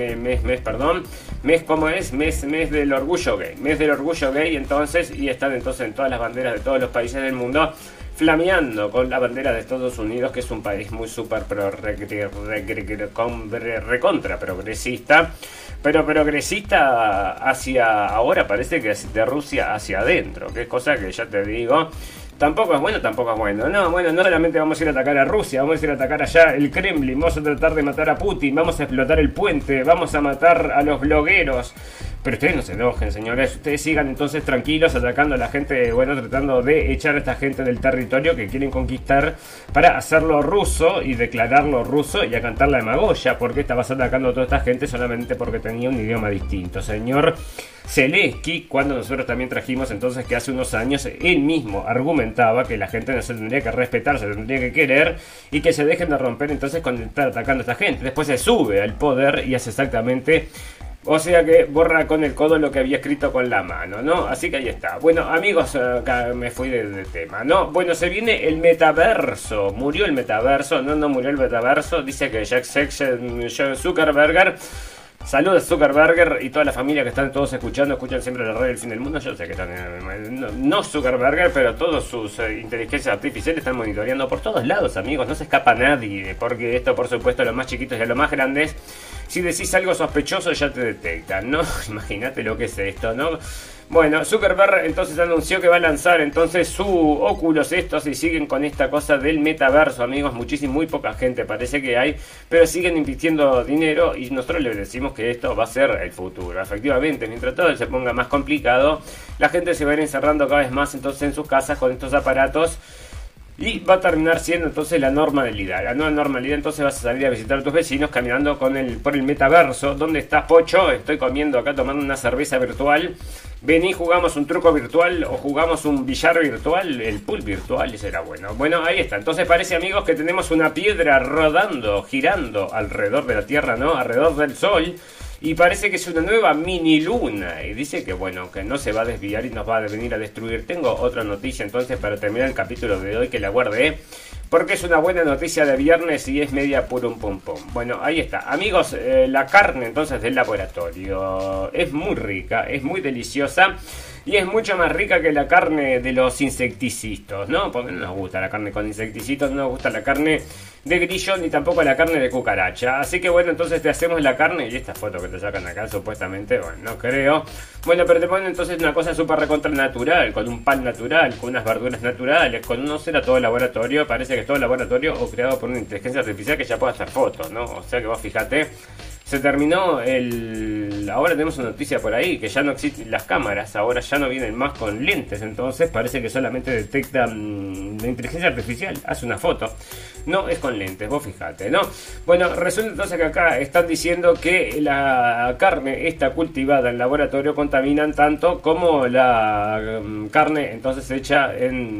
¿cómo es? Mes del orgullo gay. Mes del orgullo gay, entonces, y están entonces en todas las banderas de todos los países del mundo, flameando con la bandera de Estados Unidos, que es un país muy súper recontra progresista. pero progresista hacia ahora parece que de Rusia hacia adentro, que es cosa que ya te digo, tampoco es bueno, tampoco es bueno. No, bueno, no solamente vamos a ir a atacar a Rusia, vamos a ir a atacar allá el Kremlin, vamos a tratar de matar a Putin, vamos a explotar el puente, vamos a matar a los blogueros. Pero ustedes no se enojen, señores, ustedes sigan entonces tranquilos atacando a la gente, bueno, tratando de echar a esta gente del territorio que quieren conquistar para hacerlo ruso y declararlo ruso y a cantar la demagogia, porque estabas atacando a toda esta gente solamente porque tenía un idioma distinto, señor Zelensky, cuando nosotros también trajimos entonces que hace unos años él mismo argumentaba que la gente no se tendría que respetar, se tendría que querer y que se dejen de romper entonces con estar atacando a esta gente. Después se sube al poder y hace exactamente... O sea que borra con el codo lo que había escrito con la mano, ¿no? Así que ahí está. Bueno, amigos, acá me fui de tema, ¿no? Bueno, se viene el metaverso. ¿Murió el metaverso? No murió el metaverso. Dice que Jack Zuckerberg... Saludos Zuckerberg y toda la familia que están todos escuchan siempre la radio del fin del mundo. Yo sé que están, no Zuckerberg, pero todos sus inteligencias artificiales están monitoreando por todos lados, amigos. No se escapa nadie, porque esto, por supuesto, a los más chiquitos y a los más grandes, si decís algo sospechoso ya te detectan, ¿no? Imagínate lo que es esto, ¿no? Bueno, Zuckerberg entonces anunció que va a lanzar entonces su Oculus estos y siguen con esta cosa del metaverso, amigos, muy poca gente parece que hay, pero siguen invirtiendo dinero y nosotros les decimos que esto va a ser el futuro. Efectivamente, mientras todo se ponga más complicado, la gente se va a ir encerrando cada vez más entonces en sus casas con estos aparatos. Y va a terminar siendo entonces la normalidad. La nueva normalidad, entonces vas a salir a visitar a tus vecinos caminando por el metaverso. ¿Dónde estás, Pocho? Estoy comiendo acá tomando una cerveza virtual. Vení, jugamos un truco virtual o jugamos un billar virtual. El pool virtual será bueno. Bueno, ahí está. Entonces parece, amigos, que tenemos una piedra rodando, girando alrededor de la Tierra, ¿no? Alrededor del Sol. Y parece que es una nueva mini luna. Y dice que bueno, que no se va a desviar y nos va a venir a destruir. Tengo otra noticia entonces para terminar el capítulo de hoy que la guardé, porque es una buena noticia de viernes y es media purum pum pum. Bueno, ahí está. Amigos, la carne entonces del laboratorio es muy rica, es muy deliciosa. Y es mucho más rica que la carne de los insecticitos, ¿no? Porque no nos gusta la carne con insecticitos, no nos gusta la carne de grillo, ni tampoco la carne de cucaracha. Así que bueno, entonces te hacemos la carne, y esta foto que te sacan acá supuestamente, bueno, no creo. Bueno, pero te ponen entonces una cosa súper recontra natural, con un pan natural, con unas verduras naturales, con no será todo laboratorio, parece que es todo laboratorio o creado por una inteligencia artificial que ya puede hacer fotos, ¿no? O sea que vos fíjate. Se terminó ahora tenemos una noticia por ahí, que ya no existen las cámaras, ahora ya no vienen más con lentes, entonces parece que solamente detecta la inteligencia artificial, hace una foto, no es con lentes, vos fijate, ¿no? Bueno, resulta entonces que acá están diciendo que la carne está cultivada en laboratorio contaminan tanto como la carne entonces hecha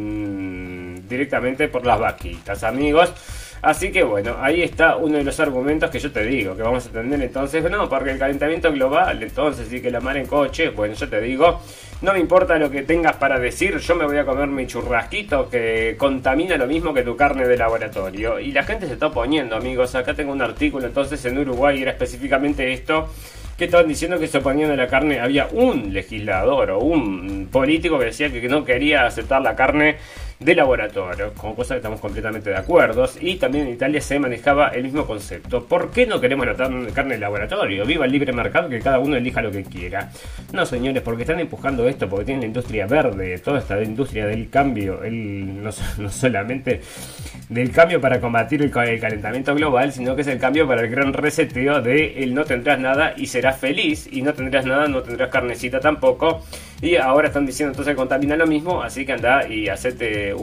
directamente por las vaquitas, amigos. Así que bueno, ahí está uno de los argumentos que yo te digo, que vamos a tener entonces, no, porque el calentamiento global, entonces sí que la mar en coche, bueno, yo te digo, no me importa lo que tengas para decir, yo me voy a comer mi churrasquito que contamina lo mismo que tu carne de laboratorio. Y la gente se está oponiendo, amigos, acá tengo un artículo entonces en Uruguay, era específicamente esto, que estaban diciendo que se oponían a la carne, había un legislador o un político que decía que no quería aceptar la carne de laboratorio, con cosas que estamos completamente de acuerdo, y también en Italia se manejaba el mismo concepto. ¿Por qué no queremos la carne de laboratorio? Viva el libre mercado, que cada uno elija lo que quiera. No, señores, porque están empujando esto, porque tienen la industria verde, toda esta industria del cambio, no solamente del cambio para combatir el calentamiento global, sino que es el cambio para el gran reseteo de el no tendrás nada y serás feliz, y no tendrás nada, no tendrás carnecita tampoco. Y ahora están diciendo entonces que contamina lo mismo, así que anda y hacete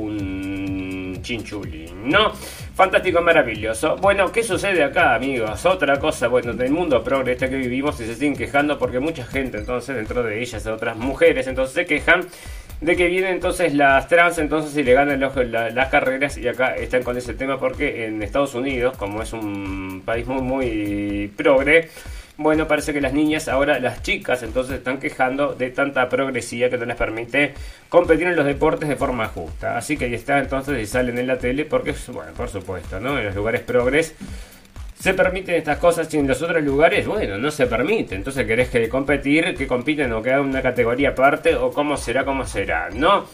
un chinchuli, ¿no? Fantástico, maravilloso. Bueno, ¿qué sucede acá, amigos? Otra cosa, bueno, del mundo progre que vivimos y se siguen quejando porque mucha gente, entonces, dentro de ellas, otras mujeres, entonces se quejan de que vienen entonces las trans, entonces y le ganan las carreras, y acá están con ese tema porque en Estados Unidos, como es un país muy progre, bueno, parece que las niñas, ahora las chicas, entonces están quejando de tanta progresía que no les permite competir en los deportes de forma justa. Así que ahí está, entonces, y salen en la tele porque, bueno, por supuesto, ¿no? En los lugares progres se permiten estas cosas y en los otros lugares, bueno, no se permite. Entonces, ¿querés que compiten o que hagan una categoría aparte o cómo será, ¿no?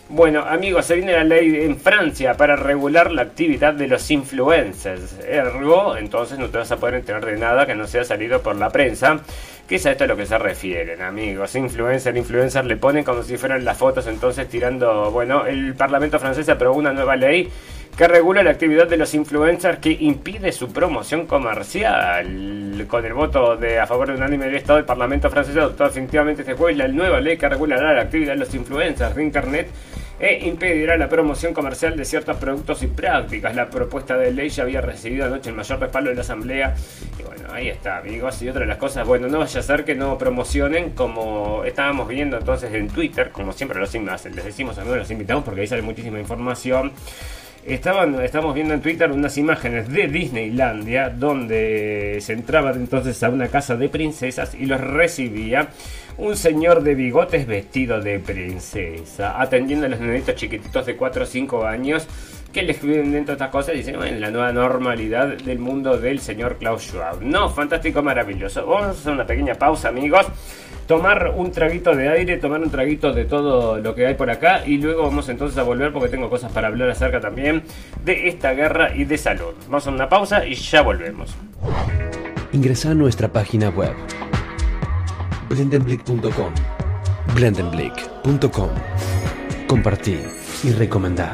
Bueno, amigos, se viene la ley en Francia para regular la actividad de los influencers. Ergo, entonces no te vas a poder enterar de nada que no sea salido por la prensa. Que es a esto a lo que se refieren, amigos. Influencer, le ponen como si fueran las fotos, entonces tirando... Bueno, el Parlamento francés aprobó una nueva ley que regula la actividad de los influencers, que impide su promoción comercial. Con el voto a favor de unánime del Estado, el Parlamento francés adoptó definitivamente este jueves la nueva ley que regulará la actividad de los influencers de Internet e impedirá la promoción comercial de ciertos productos y prácticas. La propuesta de ley ya había recibido anoche el mayor respaldo de la Asamblea. Y bueno, ahí está, amigos. Y otra de las cosas, bueno, no vaya a ser que no promocionen, como estábamos viendo entonces en Twitter, como siempre les decimos, amigos, los invitamos porque ahí sale muchísima información. Estamos viendo en Twitter unas imágenes de Disneylandia, donde se entraba entonces a una casa de princesas y los recibía un señor de bigotes vestido de princesa, atendiendo a los nenitos chiquititos de 4 o 5 años que les viven dentro de estas cosas y dicen, bueno, la nueva normalidad del mundo del señor Klaus Schwab. No, fantástico, maravilloso. Vamos a hacer una pequeña pausa, amigos. Tomar un traguito de aire, tomar un traguito de todo lo que hay por acá y luego vamos entonces a volver porque tengo cosas para hablar acerca también de esta guerra y de salud. Vamos a una pausa y ya volvemos. Ingresa a nuestra página web blendenblick.com, blendenblick.com. Compartí y recomendá.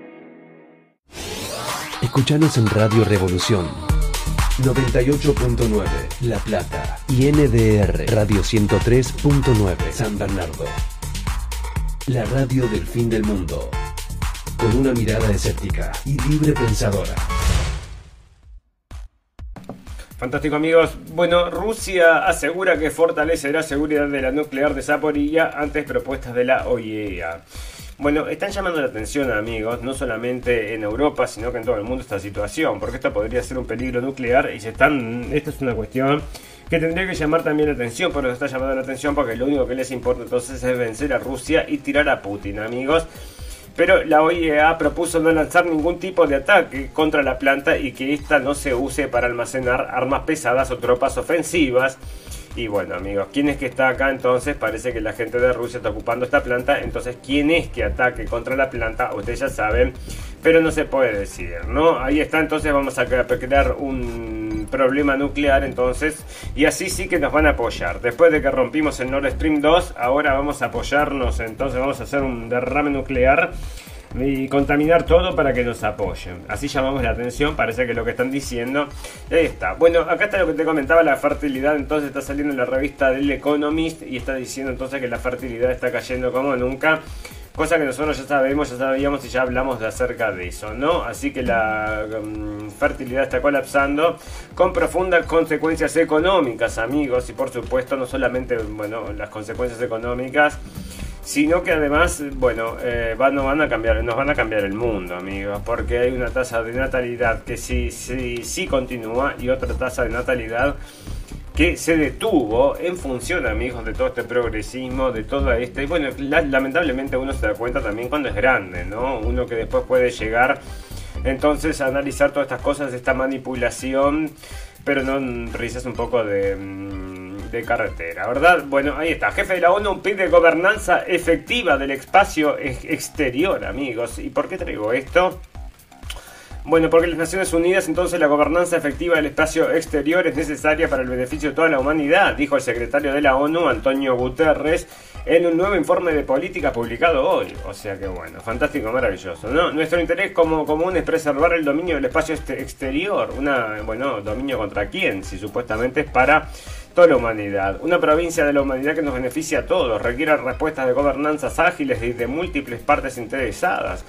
Escuchanos en Radio Revolución 98.9 La Plata y NDR Radio 103.9 San Bernardo. La radio del fin del mundo, con una mirada escéptica y libre pensadora. Fantástico, amigos. Bueno, Rusia asegura que fortalecerá seguridad de la nuclear de Zaporilla ante propuestas de la OIEA. Bueno, están llamando la atención, amigos, no solamente en Europa, sino que en todo el mundo esta situación, porque esto podría ser un peligro nuclear y esta es una cuestión que tendría que llamar también la atención, pero está llamando la atención porque lo único que les importa entonces es vencer a Rusia y tirar a Putin, amigos. Pero la OIEA propuso no lanzar ningún tipo de ataque contra la planta y que ésta no se use para almacenar armas pesadas o tropas ofensivas. Y bueno, amigos, ¿quién es que está acá entonces? Parece que la gente de Rusia está ocupando esta planta. Entonces, ¿quién es que ataque contra la planta? Ustedes ya saben, pero no se puede decir, ¿no? Ahí está, entonces vamos a crear un problema nuclear, entonces, y así sí que nos van a apoyar. Después de que rompimos el Nord Stream 2, ahora vamos a apoyarnos, entonces vamos a hacer un derrame nuclear y contaminar todo para que nos apoyen. Así llamamos la atención, parece que lo que están diciendo. Y ahí está. Bueno, acá está lo que te comentaba, la fertilidad. Entonces está saliendo en la revista del Economist y está diciendo entonces que la fertilidad está cayendo como nunca. Cosa que nosotros ya sabíamos y ya hablamos acerca de eso, ¿no? Así que la fertilidad está colapsando con profundas consecuencias económicas, amigos. Y por supuesto, no solamente, bueno, las consecuencias económicas, sino que además, bueno, nos van a cambiar el mundo, amigos, porque hay una tasa de natalidad que sí continúa y otra tasa de natalidad que se detuvo en función, amigos, de todo este progresismo, de todo este... Y bueno, lamentablemente uno se da cuenta también cuando es grande, ¿no? Uno que después puede llegar entonces a analizar todas estas cosas, esta manipulación, pero no revisas un poco de carretera, ¿verdad? Bueno, ahí está. Jefe de la ONU pide gobernanza efectiva del espacio exterior, amigos. ¿Y por qué traigo esto? Bueno, porque las Naciones Unidas, entonces, la gobernanza efectiva del espacio exterior es necesaria para el beneficio de toda la humanidad, dijo el secretario de la ONU, Antonio Guterres, en un nuevo informe de política publicado hoy. O sea que bueno, fantástico, maravilloso, ¿no? Nuestro interés común es preservar el dominio del espacio exterior. ¿Dominio contra quién? Si supuestamente es para toda la humanidad. Una provincia de la humanidad que nos beneficia a todos, requiere respuestas de gobernanzas ágiles y de múltiples partes interesadas.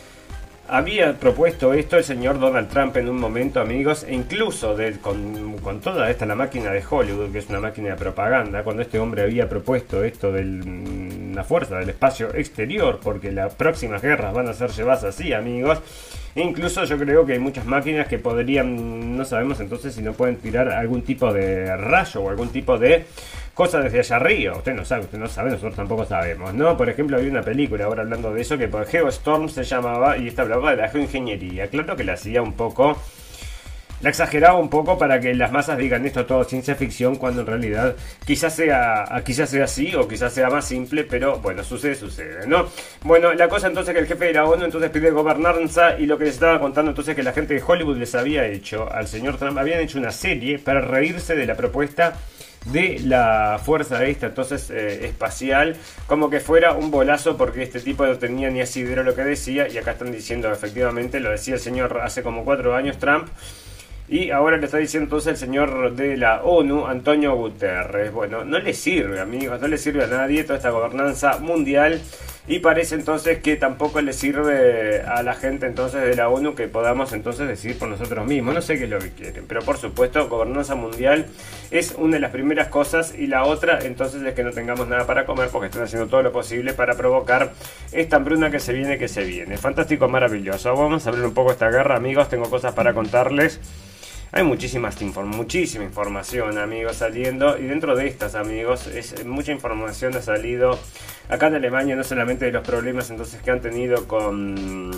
Había propuesto esto el señor Donald Trump en un momento, amigos, e incluso con toda esta la máquina de Hollywood, que es una máquina de propaganda, cuando este hombre había propuesto esto de la fuerza del espacio exterior, porque las próximas guerras van a ser llevadas así, amigos. E incluso yo creo que hay muchas máquinas que podrían, no sabemos entonces si no pueden tirar algún tipo de rayo o algún tipo de cosa desde allá arriba. Usted no sabe, nosotros tampoco sabemos, ¿no? Por ejemplo, había una película ahora hablando de eso que por Geostorm se llamaba y esta hablaba de la geoingeniería. Claro que la hacía un poco la exageraba un poco para que las masas digan esto todo ciencia ficción, cuando en realidad quizás sea así o quizás sea más simple, pero bueno, sucede, ¿no? Bueno, la cosa entonces que el jefe de la ONU entonces pide gobernanza, y lo que les estaba contando entonces que la gente de Hollywood les había hecho al señor Trump, habían hecho una serie para reírse de la propuesta de la fuerza esta entonces espacial, como que fuera un bolazo, porque este tipo no tenía ni asidero lo que decía, y acá están diciendo efectivamente, lo decía el señor hace como 4 años Trump, y ahora le está diciendo entonces el señor de la ONU, Antonio Guterres. Bueno, no le sirve, amigos, no le sirve a nadie toda esta gobernanza mundial, y parece entonces que tampoco le sirve a la gente entonces de la ONU que podamos entonces decidir por nosotros mismos. No sé qué es lo que quieren, pero por supuesto gobernanza mundial es una de las primeras cosas, y la otra entonces es que no tengamos nada para comer, porque están haciendo todo lo posible para provocar esta hambruna que se viene. Fantástico, maravilloso. Vamos a abrir un poco esta guerra, amigos, tengo cosas para contarles. Hay muchísima información, amigos, saliendo, y dentro de estas, amigos, mucha información ha salido acá en Alemania, no solamente de los problemas entonces que han tenido con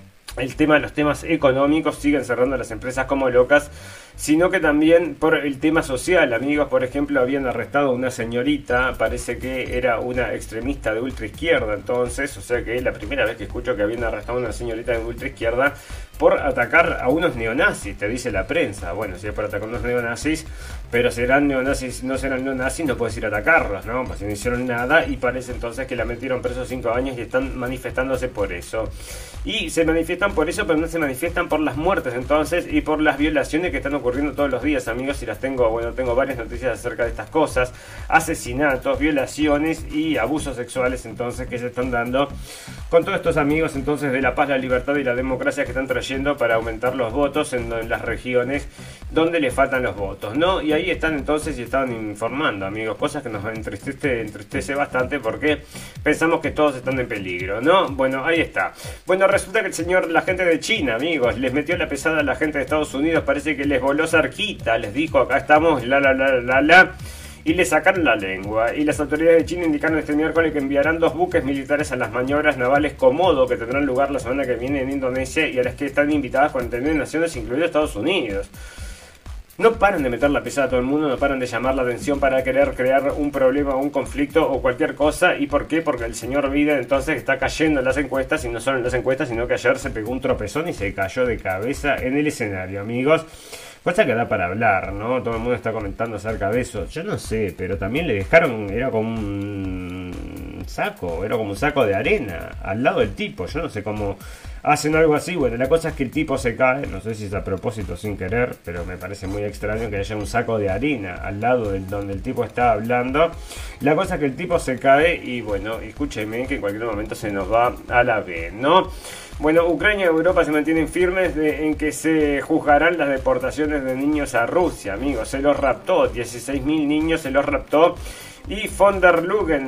los temas económicos, siguen cerrando las empresas como locas, sino que también por el tema social, amigos. Por ejemplo, habían arrestado a una señorita, parece que era una extremista de ultraizquierda, entonces, o sea que es la primera vez que escucho que habían arrestado a una señorita de ultraizquierda por atacar a unos neonazis, te dice la prensa. Bueno, si es por atacar a unos neonazis, pero serán neonazis, no serán neonazis, no puedes ir a atacarlos, ¿no? Pues no hicieron nada, y parece entonces que la metieron preso 5 años y están manifestándose por eso. Y se manifiestan por eso, pero no se manifiestan por las muertes entonces, y por las violaciones que están ocurriendo todos los días, amigos, y tengo varias noticias acerca de estas cosas: asesinatos, violaciones y abusos sexuales entonces que se están dando con todos estos amigos entonces de la paz, la libertad y la democracia que están trayendo para aumentar los votos en las regiones donde le faltan los votos, ¿no? Y ahí están entonces y estaban informando, amigos, cosas que nos entristece bastante, porque pensamos que todos están en peligro, ¿no? Bueno, ahí está. Bueno, resulta que la gente de China, amigos, les metió la pesada a la gente de Estados Unidos, parece que les voló cerquita, les dijo acá estamos, y le sacaron la lengua. Y las autoridades de China indicaron este miércoles que enviarán 2 buques militares a las maniobras navales Komodo, que tendrán lugar la semana que viene en Indonesia, y a las que están invitadas 49 naciones, incluido Estados Unidos. No paran de meter la pesada a todo el mundo, no paran de llamar la atención para querer crear un problema, un conflicto o cualquier cosa. ¿Y por qué? Porque el señor Biden entonces está cayendo en las encuestas, y no solo en las encuestas, sino que ayer se pegó un tropezón y se cayó de cabeza en el escenario, amigos. Cosa que da para hablar, ¿no? Todo el mundo está comentando acerca de eso. Yo no sé, pero también le dejaron, era como un saco de arena al lado del tipo. Yo no sé cómo hacen algo así. Bueno, la cosa es que el tipo se cae, no sé si es a propósito sin querer, pero me parece muy extraño que haya un saco de harina al lado de donde el tipo está hablando. La cosa es que el tipo se cae y bueno, escúcheme que en cualquier momento se nos va a la vez, ¿no? Bueno, Ucrania y Europa se mantienen firmes en que se juzgarán las deportaciones de niños a Rusia, amigos. Se los raptó, 16.000 niños se los raptó. Y von der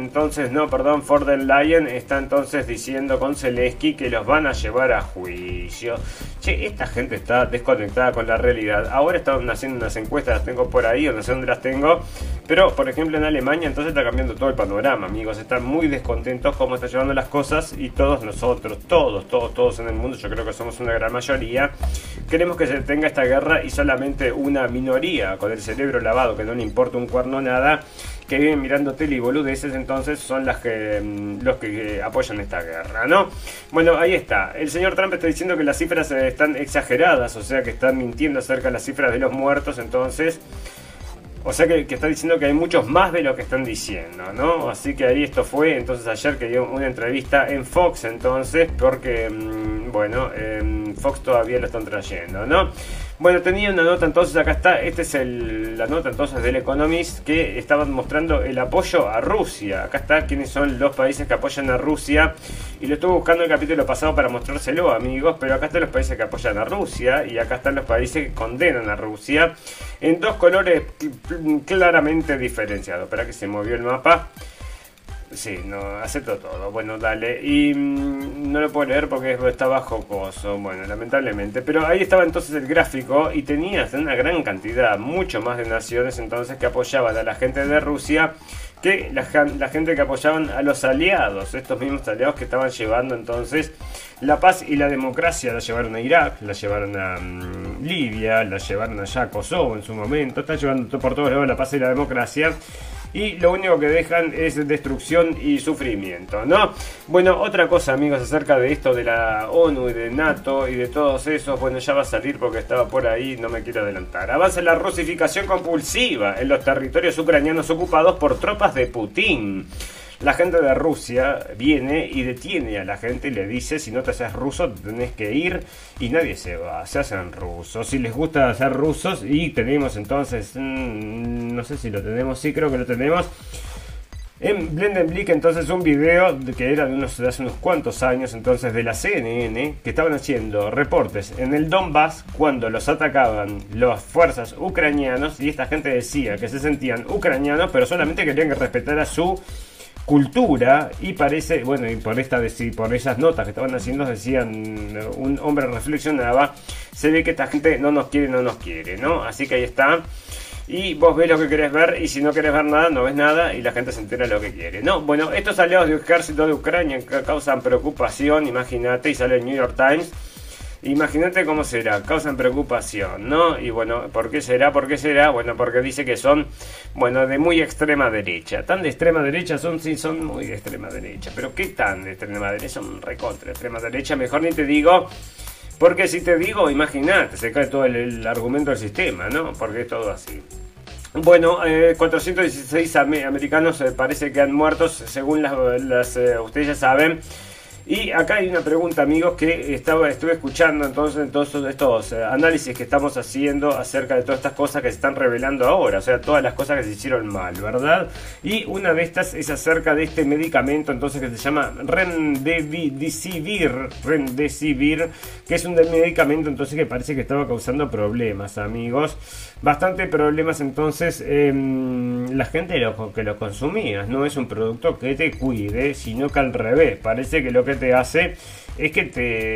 Leyen está entonces diciendo con Zelensky que los van a llevar a juicio. Che, esta gente está desconectada con la realidad. Ahora están haciendo unas encuestas, las tengo por ahí, o no sé dónde las tengo. Pero, por ejemplo, en Alemania entonces está cambiando todo el panorama, amigos. Están muy descontentos cómo están llevando las cosas, y todos nosotros, todos en el mundo, yo creo que somos una gran mayoría, queremos que se detenga esta guerra, y solamente una minoría con el cerebro lavado, que no le importa un cuerno nada, que viven mirando tele y boludeces, entonces son los que apoyan esta guerra, ¿no? Bueno, ahí está. El señor Trump está diciendo que las cifras están exageradas, o sea que están mintiendo acerca de las cifras de los muertos, entonces, o sea que está diciendo que hay muchos más de lo que están diciendo, ¿no? Así que ahí esto fue, entonces ayer que dio una entrevista en Fox, entonces, porque, bueno, Fox todavía lo están trayendo, ¿no? Bueno, tenía una nota entonces, acá está, esta es la nota entonces del Economist, que estaban mostrando el apoyo a Rusia. Acá está quiénes son los países que apoyan a Rusia, y lo estuve buscando el capítulo pasado para mostrárselo, amigos, pero acá están los países que apoyan a Rusia, y acá están los países que condenan a Rusia, en 2 colores claramente diferenciados. Espera que se movió el mapa. Sí, no, acepto todo. Bueno, dale. Y no lo puedo leer porque está bajo coso. Bueno, lamentablemente. Pero ahí estaba entonces el gráfico, y tenías una gran cantidad, mucho más de naciones entonces que apoyaban a la gente de Rusia que la gente que apoyaban a los aliados, estos mismos aliados que estaban llevando entonces La paz y la democracia la llevaron a Irak, la llevaron a Libia, la llevaron allá a Kosovo en su momento. Están llevando por todos lados la paz y la democracia. Y lo único que dejan es destrucción y sufrimiento, ¿no? Bueno, otra cosa, amigos, acerca de esto de la ONU y de NATO y de todos esos, bueno, ya va a salir porque estaba por ahí, no me quiero adelantar. Avanza la rusificación compulsiva en los territorios ucranianos ocupados por tropas de Putin. La gente de Rusia viene y detiene a la gente y le dice: si no te haces ruso tenés que ir, y nadie se va, se hacen rusos. Si les gusta hacer rusos, y tenemos entonces, no sé si lo tenemos, sí creo que lo tenemos, en Blendenblick entonces un video que era de hace unos cuantos años entonces de la CNN, que estaban haciendo reportes en el Donbass cuando los atacaban las fuerzas ucranianos, y esta gente decía que se sentían ucranianos pero solamente querían que respetara su cultura, y parece, bueno, y por esas notas que estaban haciendo decían, un hombre reflexionaba, se ve que esta gente no nos quiere, ¿no? Así que ahí está. Y vos ves lo que querés ver, y si no querés ver nada, no ves nada, y la gente se entera de lo que quiere, ¿no? Bueno, estos aliados del ejército de Ucrania causan preocupación, imagínate, y sale el New York Times. Imagínate cómo será, causan preocupación, ¿no? Y bueno, ¿por qué será? Bueno, porque dice que son, bueno, de muy extrema derecha. ¿Tan de extrema derecha son? Sí, son muy de extrema derecha. ¿Pero qué tan de extrema derecha? Son recontra extrema derecha, mejor ni te digo. Porque si te digo, imagínate, se cae todo el argumento del sistema, ¿no? Porque es todo así. Bueno, 416 americanos parece que han muerto, según ustedes ya saben. Y acá hay una pregunta, amigos, que estuve escuchando entonces estos análisis que estamos haciendo acerca de todas estas cosas que se están revelando ahora, o sea, todas las cosas que se hicieron mal, ¿verdad? Y una de estas es acerca de este medicamento entonces que se llama Remdesivir, que es un medicamento entonces que parece que estaba causando problemas, amigos, bastante problemas. Entonces la gente que lo consumía, no es un producto que te cuide, sino que al revés, parece que lo que te hace es que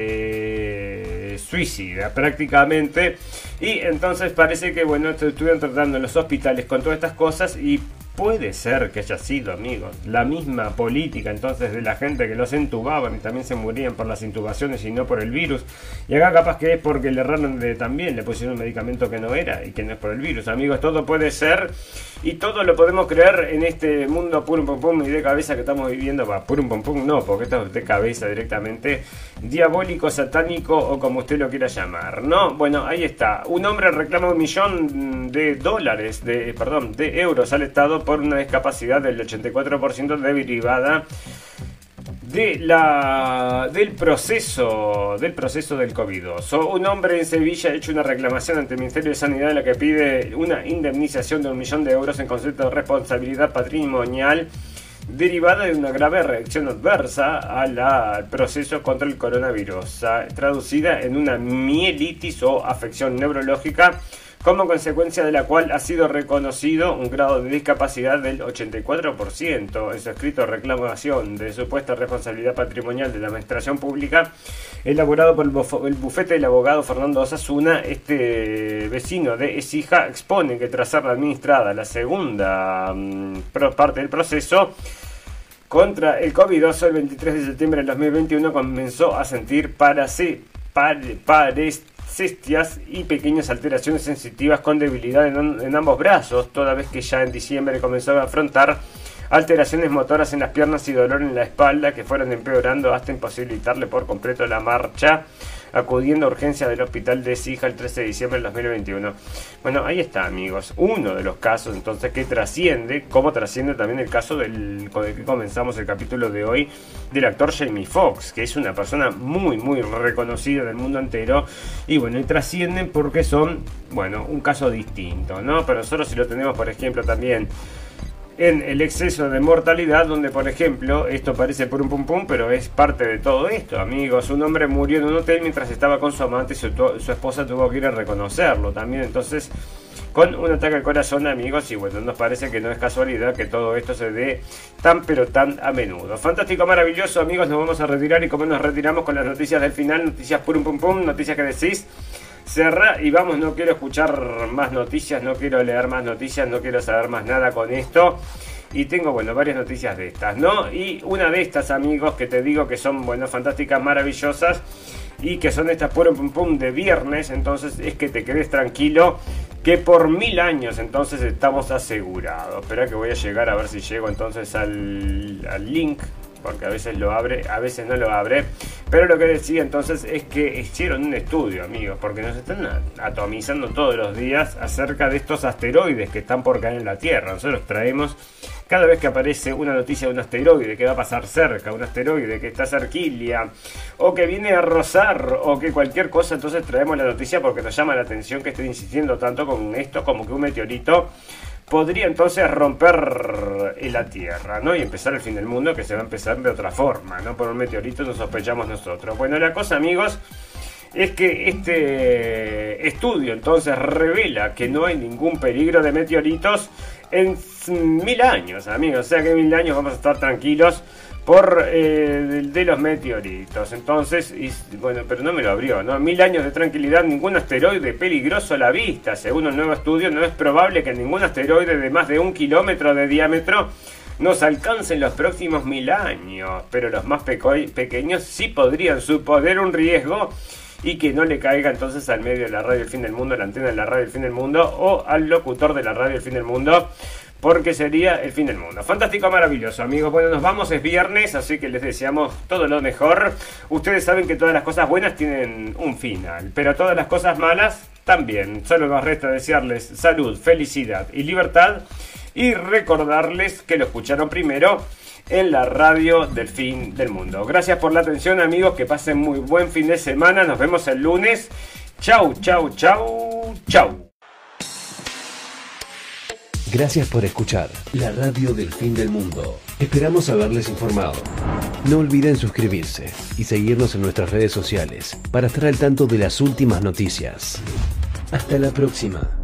te suicida prácticamente. Y entonces parece que, bueno, estuvieron tratando en los hospitales con todas estas cosas, y puede ser que haya sido, amigos, la misma política entonces de la gente que los entubaban y también se morían por las intubaciones y no por el virus. Y acá capaz que es porque le erraron también, le pusieron un medicamento que no era y que no es por el virus. Amigos, todo puede ser y todo lo podemos creer en este mundo purum pum pum y de cabeza que estamos viviendo. Va, purum pum pum no, porque esto es de cabeza directamente, diabólico, satánico o como usted lo quiera llamar, ¿no? Bueno, ahí está. Un hombre reclama $1 millón de euros al Estado por una discapacidad del 84% derivada del proceso del COVID. Un hombre en Sevilla ha hecho una reclamación ante el Ministerio de Sanidad en la que pide una indemnización de $1 millón en concepto de responsabilidad patrimonial derivada de una grave reacción adversa al proceso contra el coronavirus, traducida en una mielitis o afección neurológica, como consecuencia de la cual ha sido reconocido un grado de discapacidad del 84%. En su escrito reclamación de supuesta responsabilidad patrimonial de la administración pública, elaborado por el bufete del abogado Fernando Osasuna, este vecino de Écija expone que tras ser administrada la segunda parte del proceso contra el COVID-19 el 23 de septiembre del 2021, comenzó a sentir parestias y pequeñas alteraciones sensitivas con debilidad en ambos brazos, toda vez que ya en diciembre comenzó a afrontar alteraciones motoras en las piernas y dolor en la espalda que fueron empeorando hasta imposibilitarle por completo la marcha, acudiendo a urgencia del hospital de Écija el 13 de diciembre del 2021. Bueno, ahí está, amigos, uno de los casos entonces que trasciende, como trasciende también el caso con el que comenzamos el capítulo de hoy, del actor Jamie Foxx, que es una persona muy muy reconocida del mundo entero, y bueno, y trascienden porque son, bueno, un caso distinto, ¿no? Pero nosotros si lo tenemos, por ejemplo, también en el exceso de mortalidad, donde por ejemplo, esto parece por un pum pum, pero es parte de todo esto, amigos. Un hombre murió en un hotel mientras estaba con su amante y su esposa tuvo que ir a reconocerlo también, entonces con un ataque al corazón, amigos. Y bueno, nos parece que no es casualidad que todo esto se dé tan pero tan a menudo. Fantástico, maravilloso, amigos. Nos vamos a retirar, y como nos retiramos con las noticias del final, noticias por un pum pum, noticias que decís cerra y vamos. No quiero escuchar más noticias, no quiero leer más noticias, no quiero saber más nada con esto. Y tengo, bueno, varias noticias de estas, ¿no? Y una de estas, amigos, que te digo que son, bueno, fantásticas, maravillosas, y que son estas puro pum pum de viernes, entonces es que te quedes tranquilo que por 1000 años entonces estamos asegurados. Espera que voy a llegar a ver si llego entonces al link, porque a veces lo abre, a veces no lo abre. Pero lo que decía entonces es que hicieron un estudio, amigos, porque nos están atomizando todos los días acerca de estos asteroides que están por caer en la Tierra. Nosotros traemos, cada vez que aparece una noticia de un asteroide que va a pasar cerca, un asteroide que está cerquilla, o que viene a rozar, o que cualquier cosa, entonces traemos la noticia porque nos llama la atención que estén insistiendo tanto con esto, como que un meteorito podría entonces romper la Tierra, ¿no? Y empezar el fin del mundo, que se va a empezar de otra forma, ¿no? Por un meteorito nos sospechamos nosotros. Bueno, la cosa, amigos, es que este estudio entonces revela que no hay ningún peligro de meteoritos en 1000 años, amigos. O sea que en 1000 años vamos a estar tranquilos por de los meteoritos. Entonces, bueno, pero no me lo abrió, ¿no? 1000 años de tranquilidad, ningún asteroide peligroso a la vista. Según un nuevo estudio, no es probable que ningún asteroide de más de 1 kilómetro de diámetro nos alcance en los próximos 1000 años. Pero los más pequeños sí podrían suponer un riesgo, y que no le caiga entonces al medio de la radio El Fin del Mundo, la antena de la radio El Fin del Mundo, o al locutor de la radio El Fin del Mundo, porque sería el fin del mundo. Fantástico, maravilloso, amigos. Bueno, nos vamos, es viernes, así que les deseamos todo lo mejor. Ustedes saben que todas las cosas buenas tienen un final, pero todas las cosas malas también. Solo nos resta desearles salud, felicidad y libertad, y recordarles que lo escucharon primero en la radio del Fin del Mundo. Gracias por la atención, amigos, que pasen muy buen fin de semana. Nos vemos el lunes. Chau, chau, chau, chau. Gracias por escuchar la radio del Fin del Mundo. Esperamos haberles informado. No olviden suscribirse y seguirnos en nuestras redes sociales para estar al tanto de las últimas noticias. Hasta la próxima.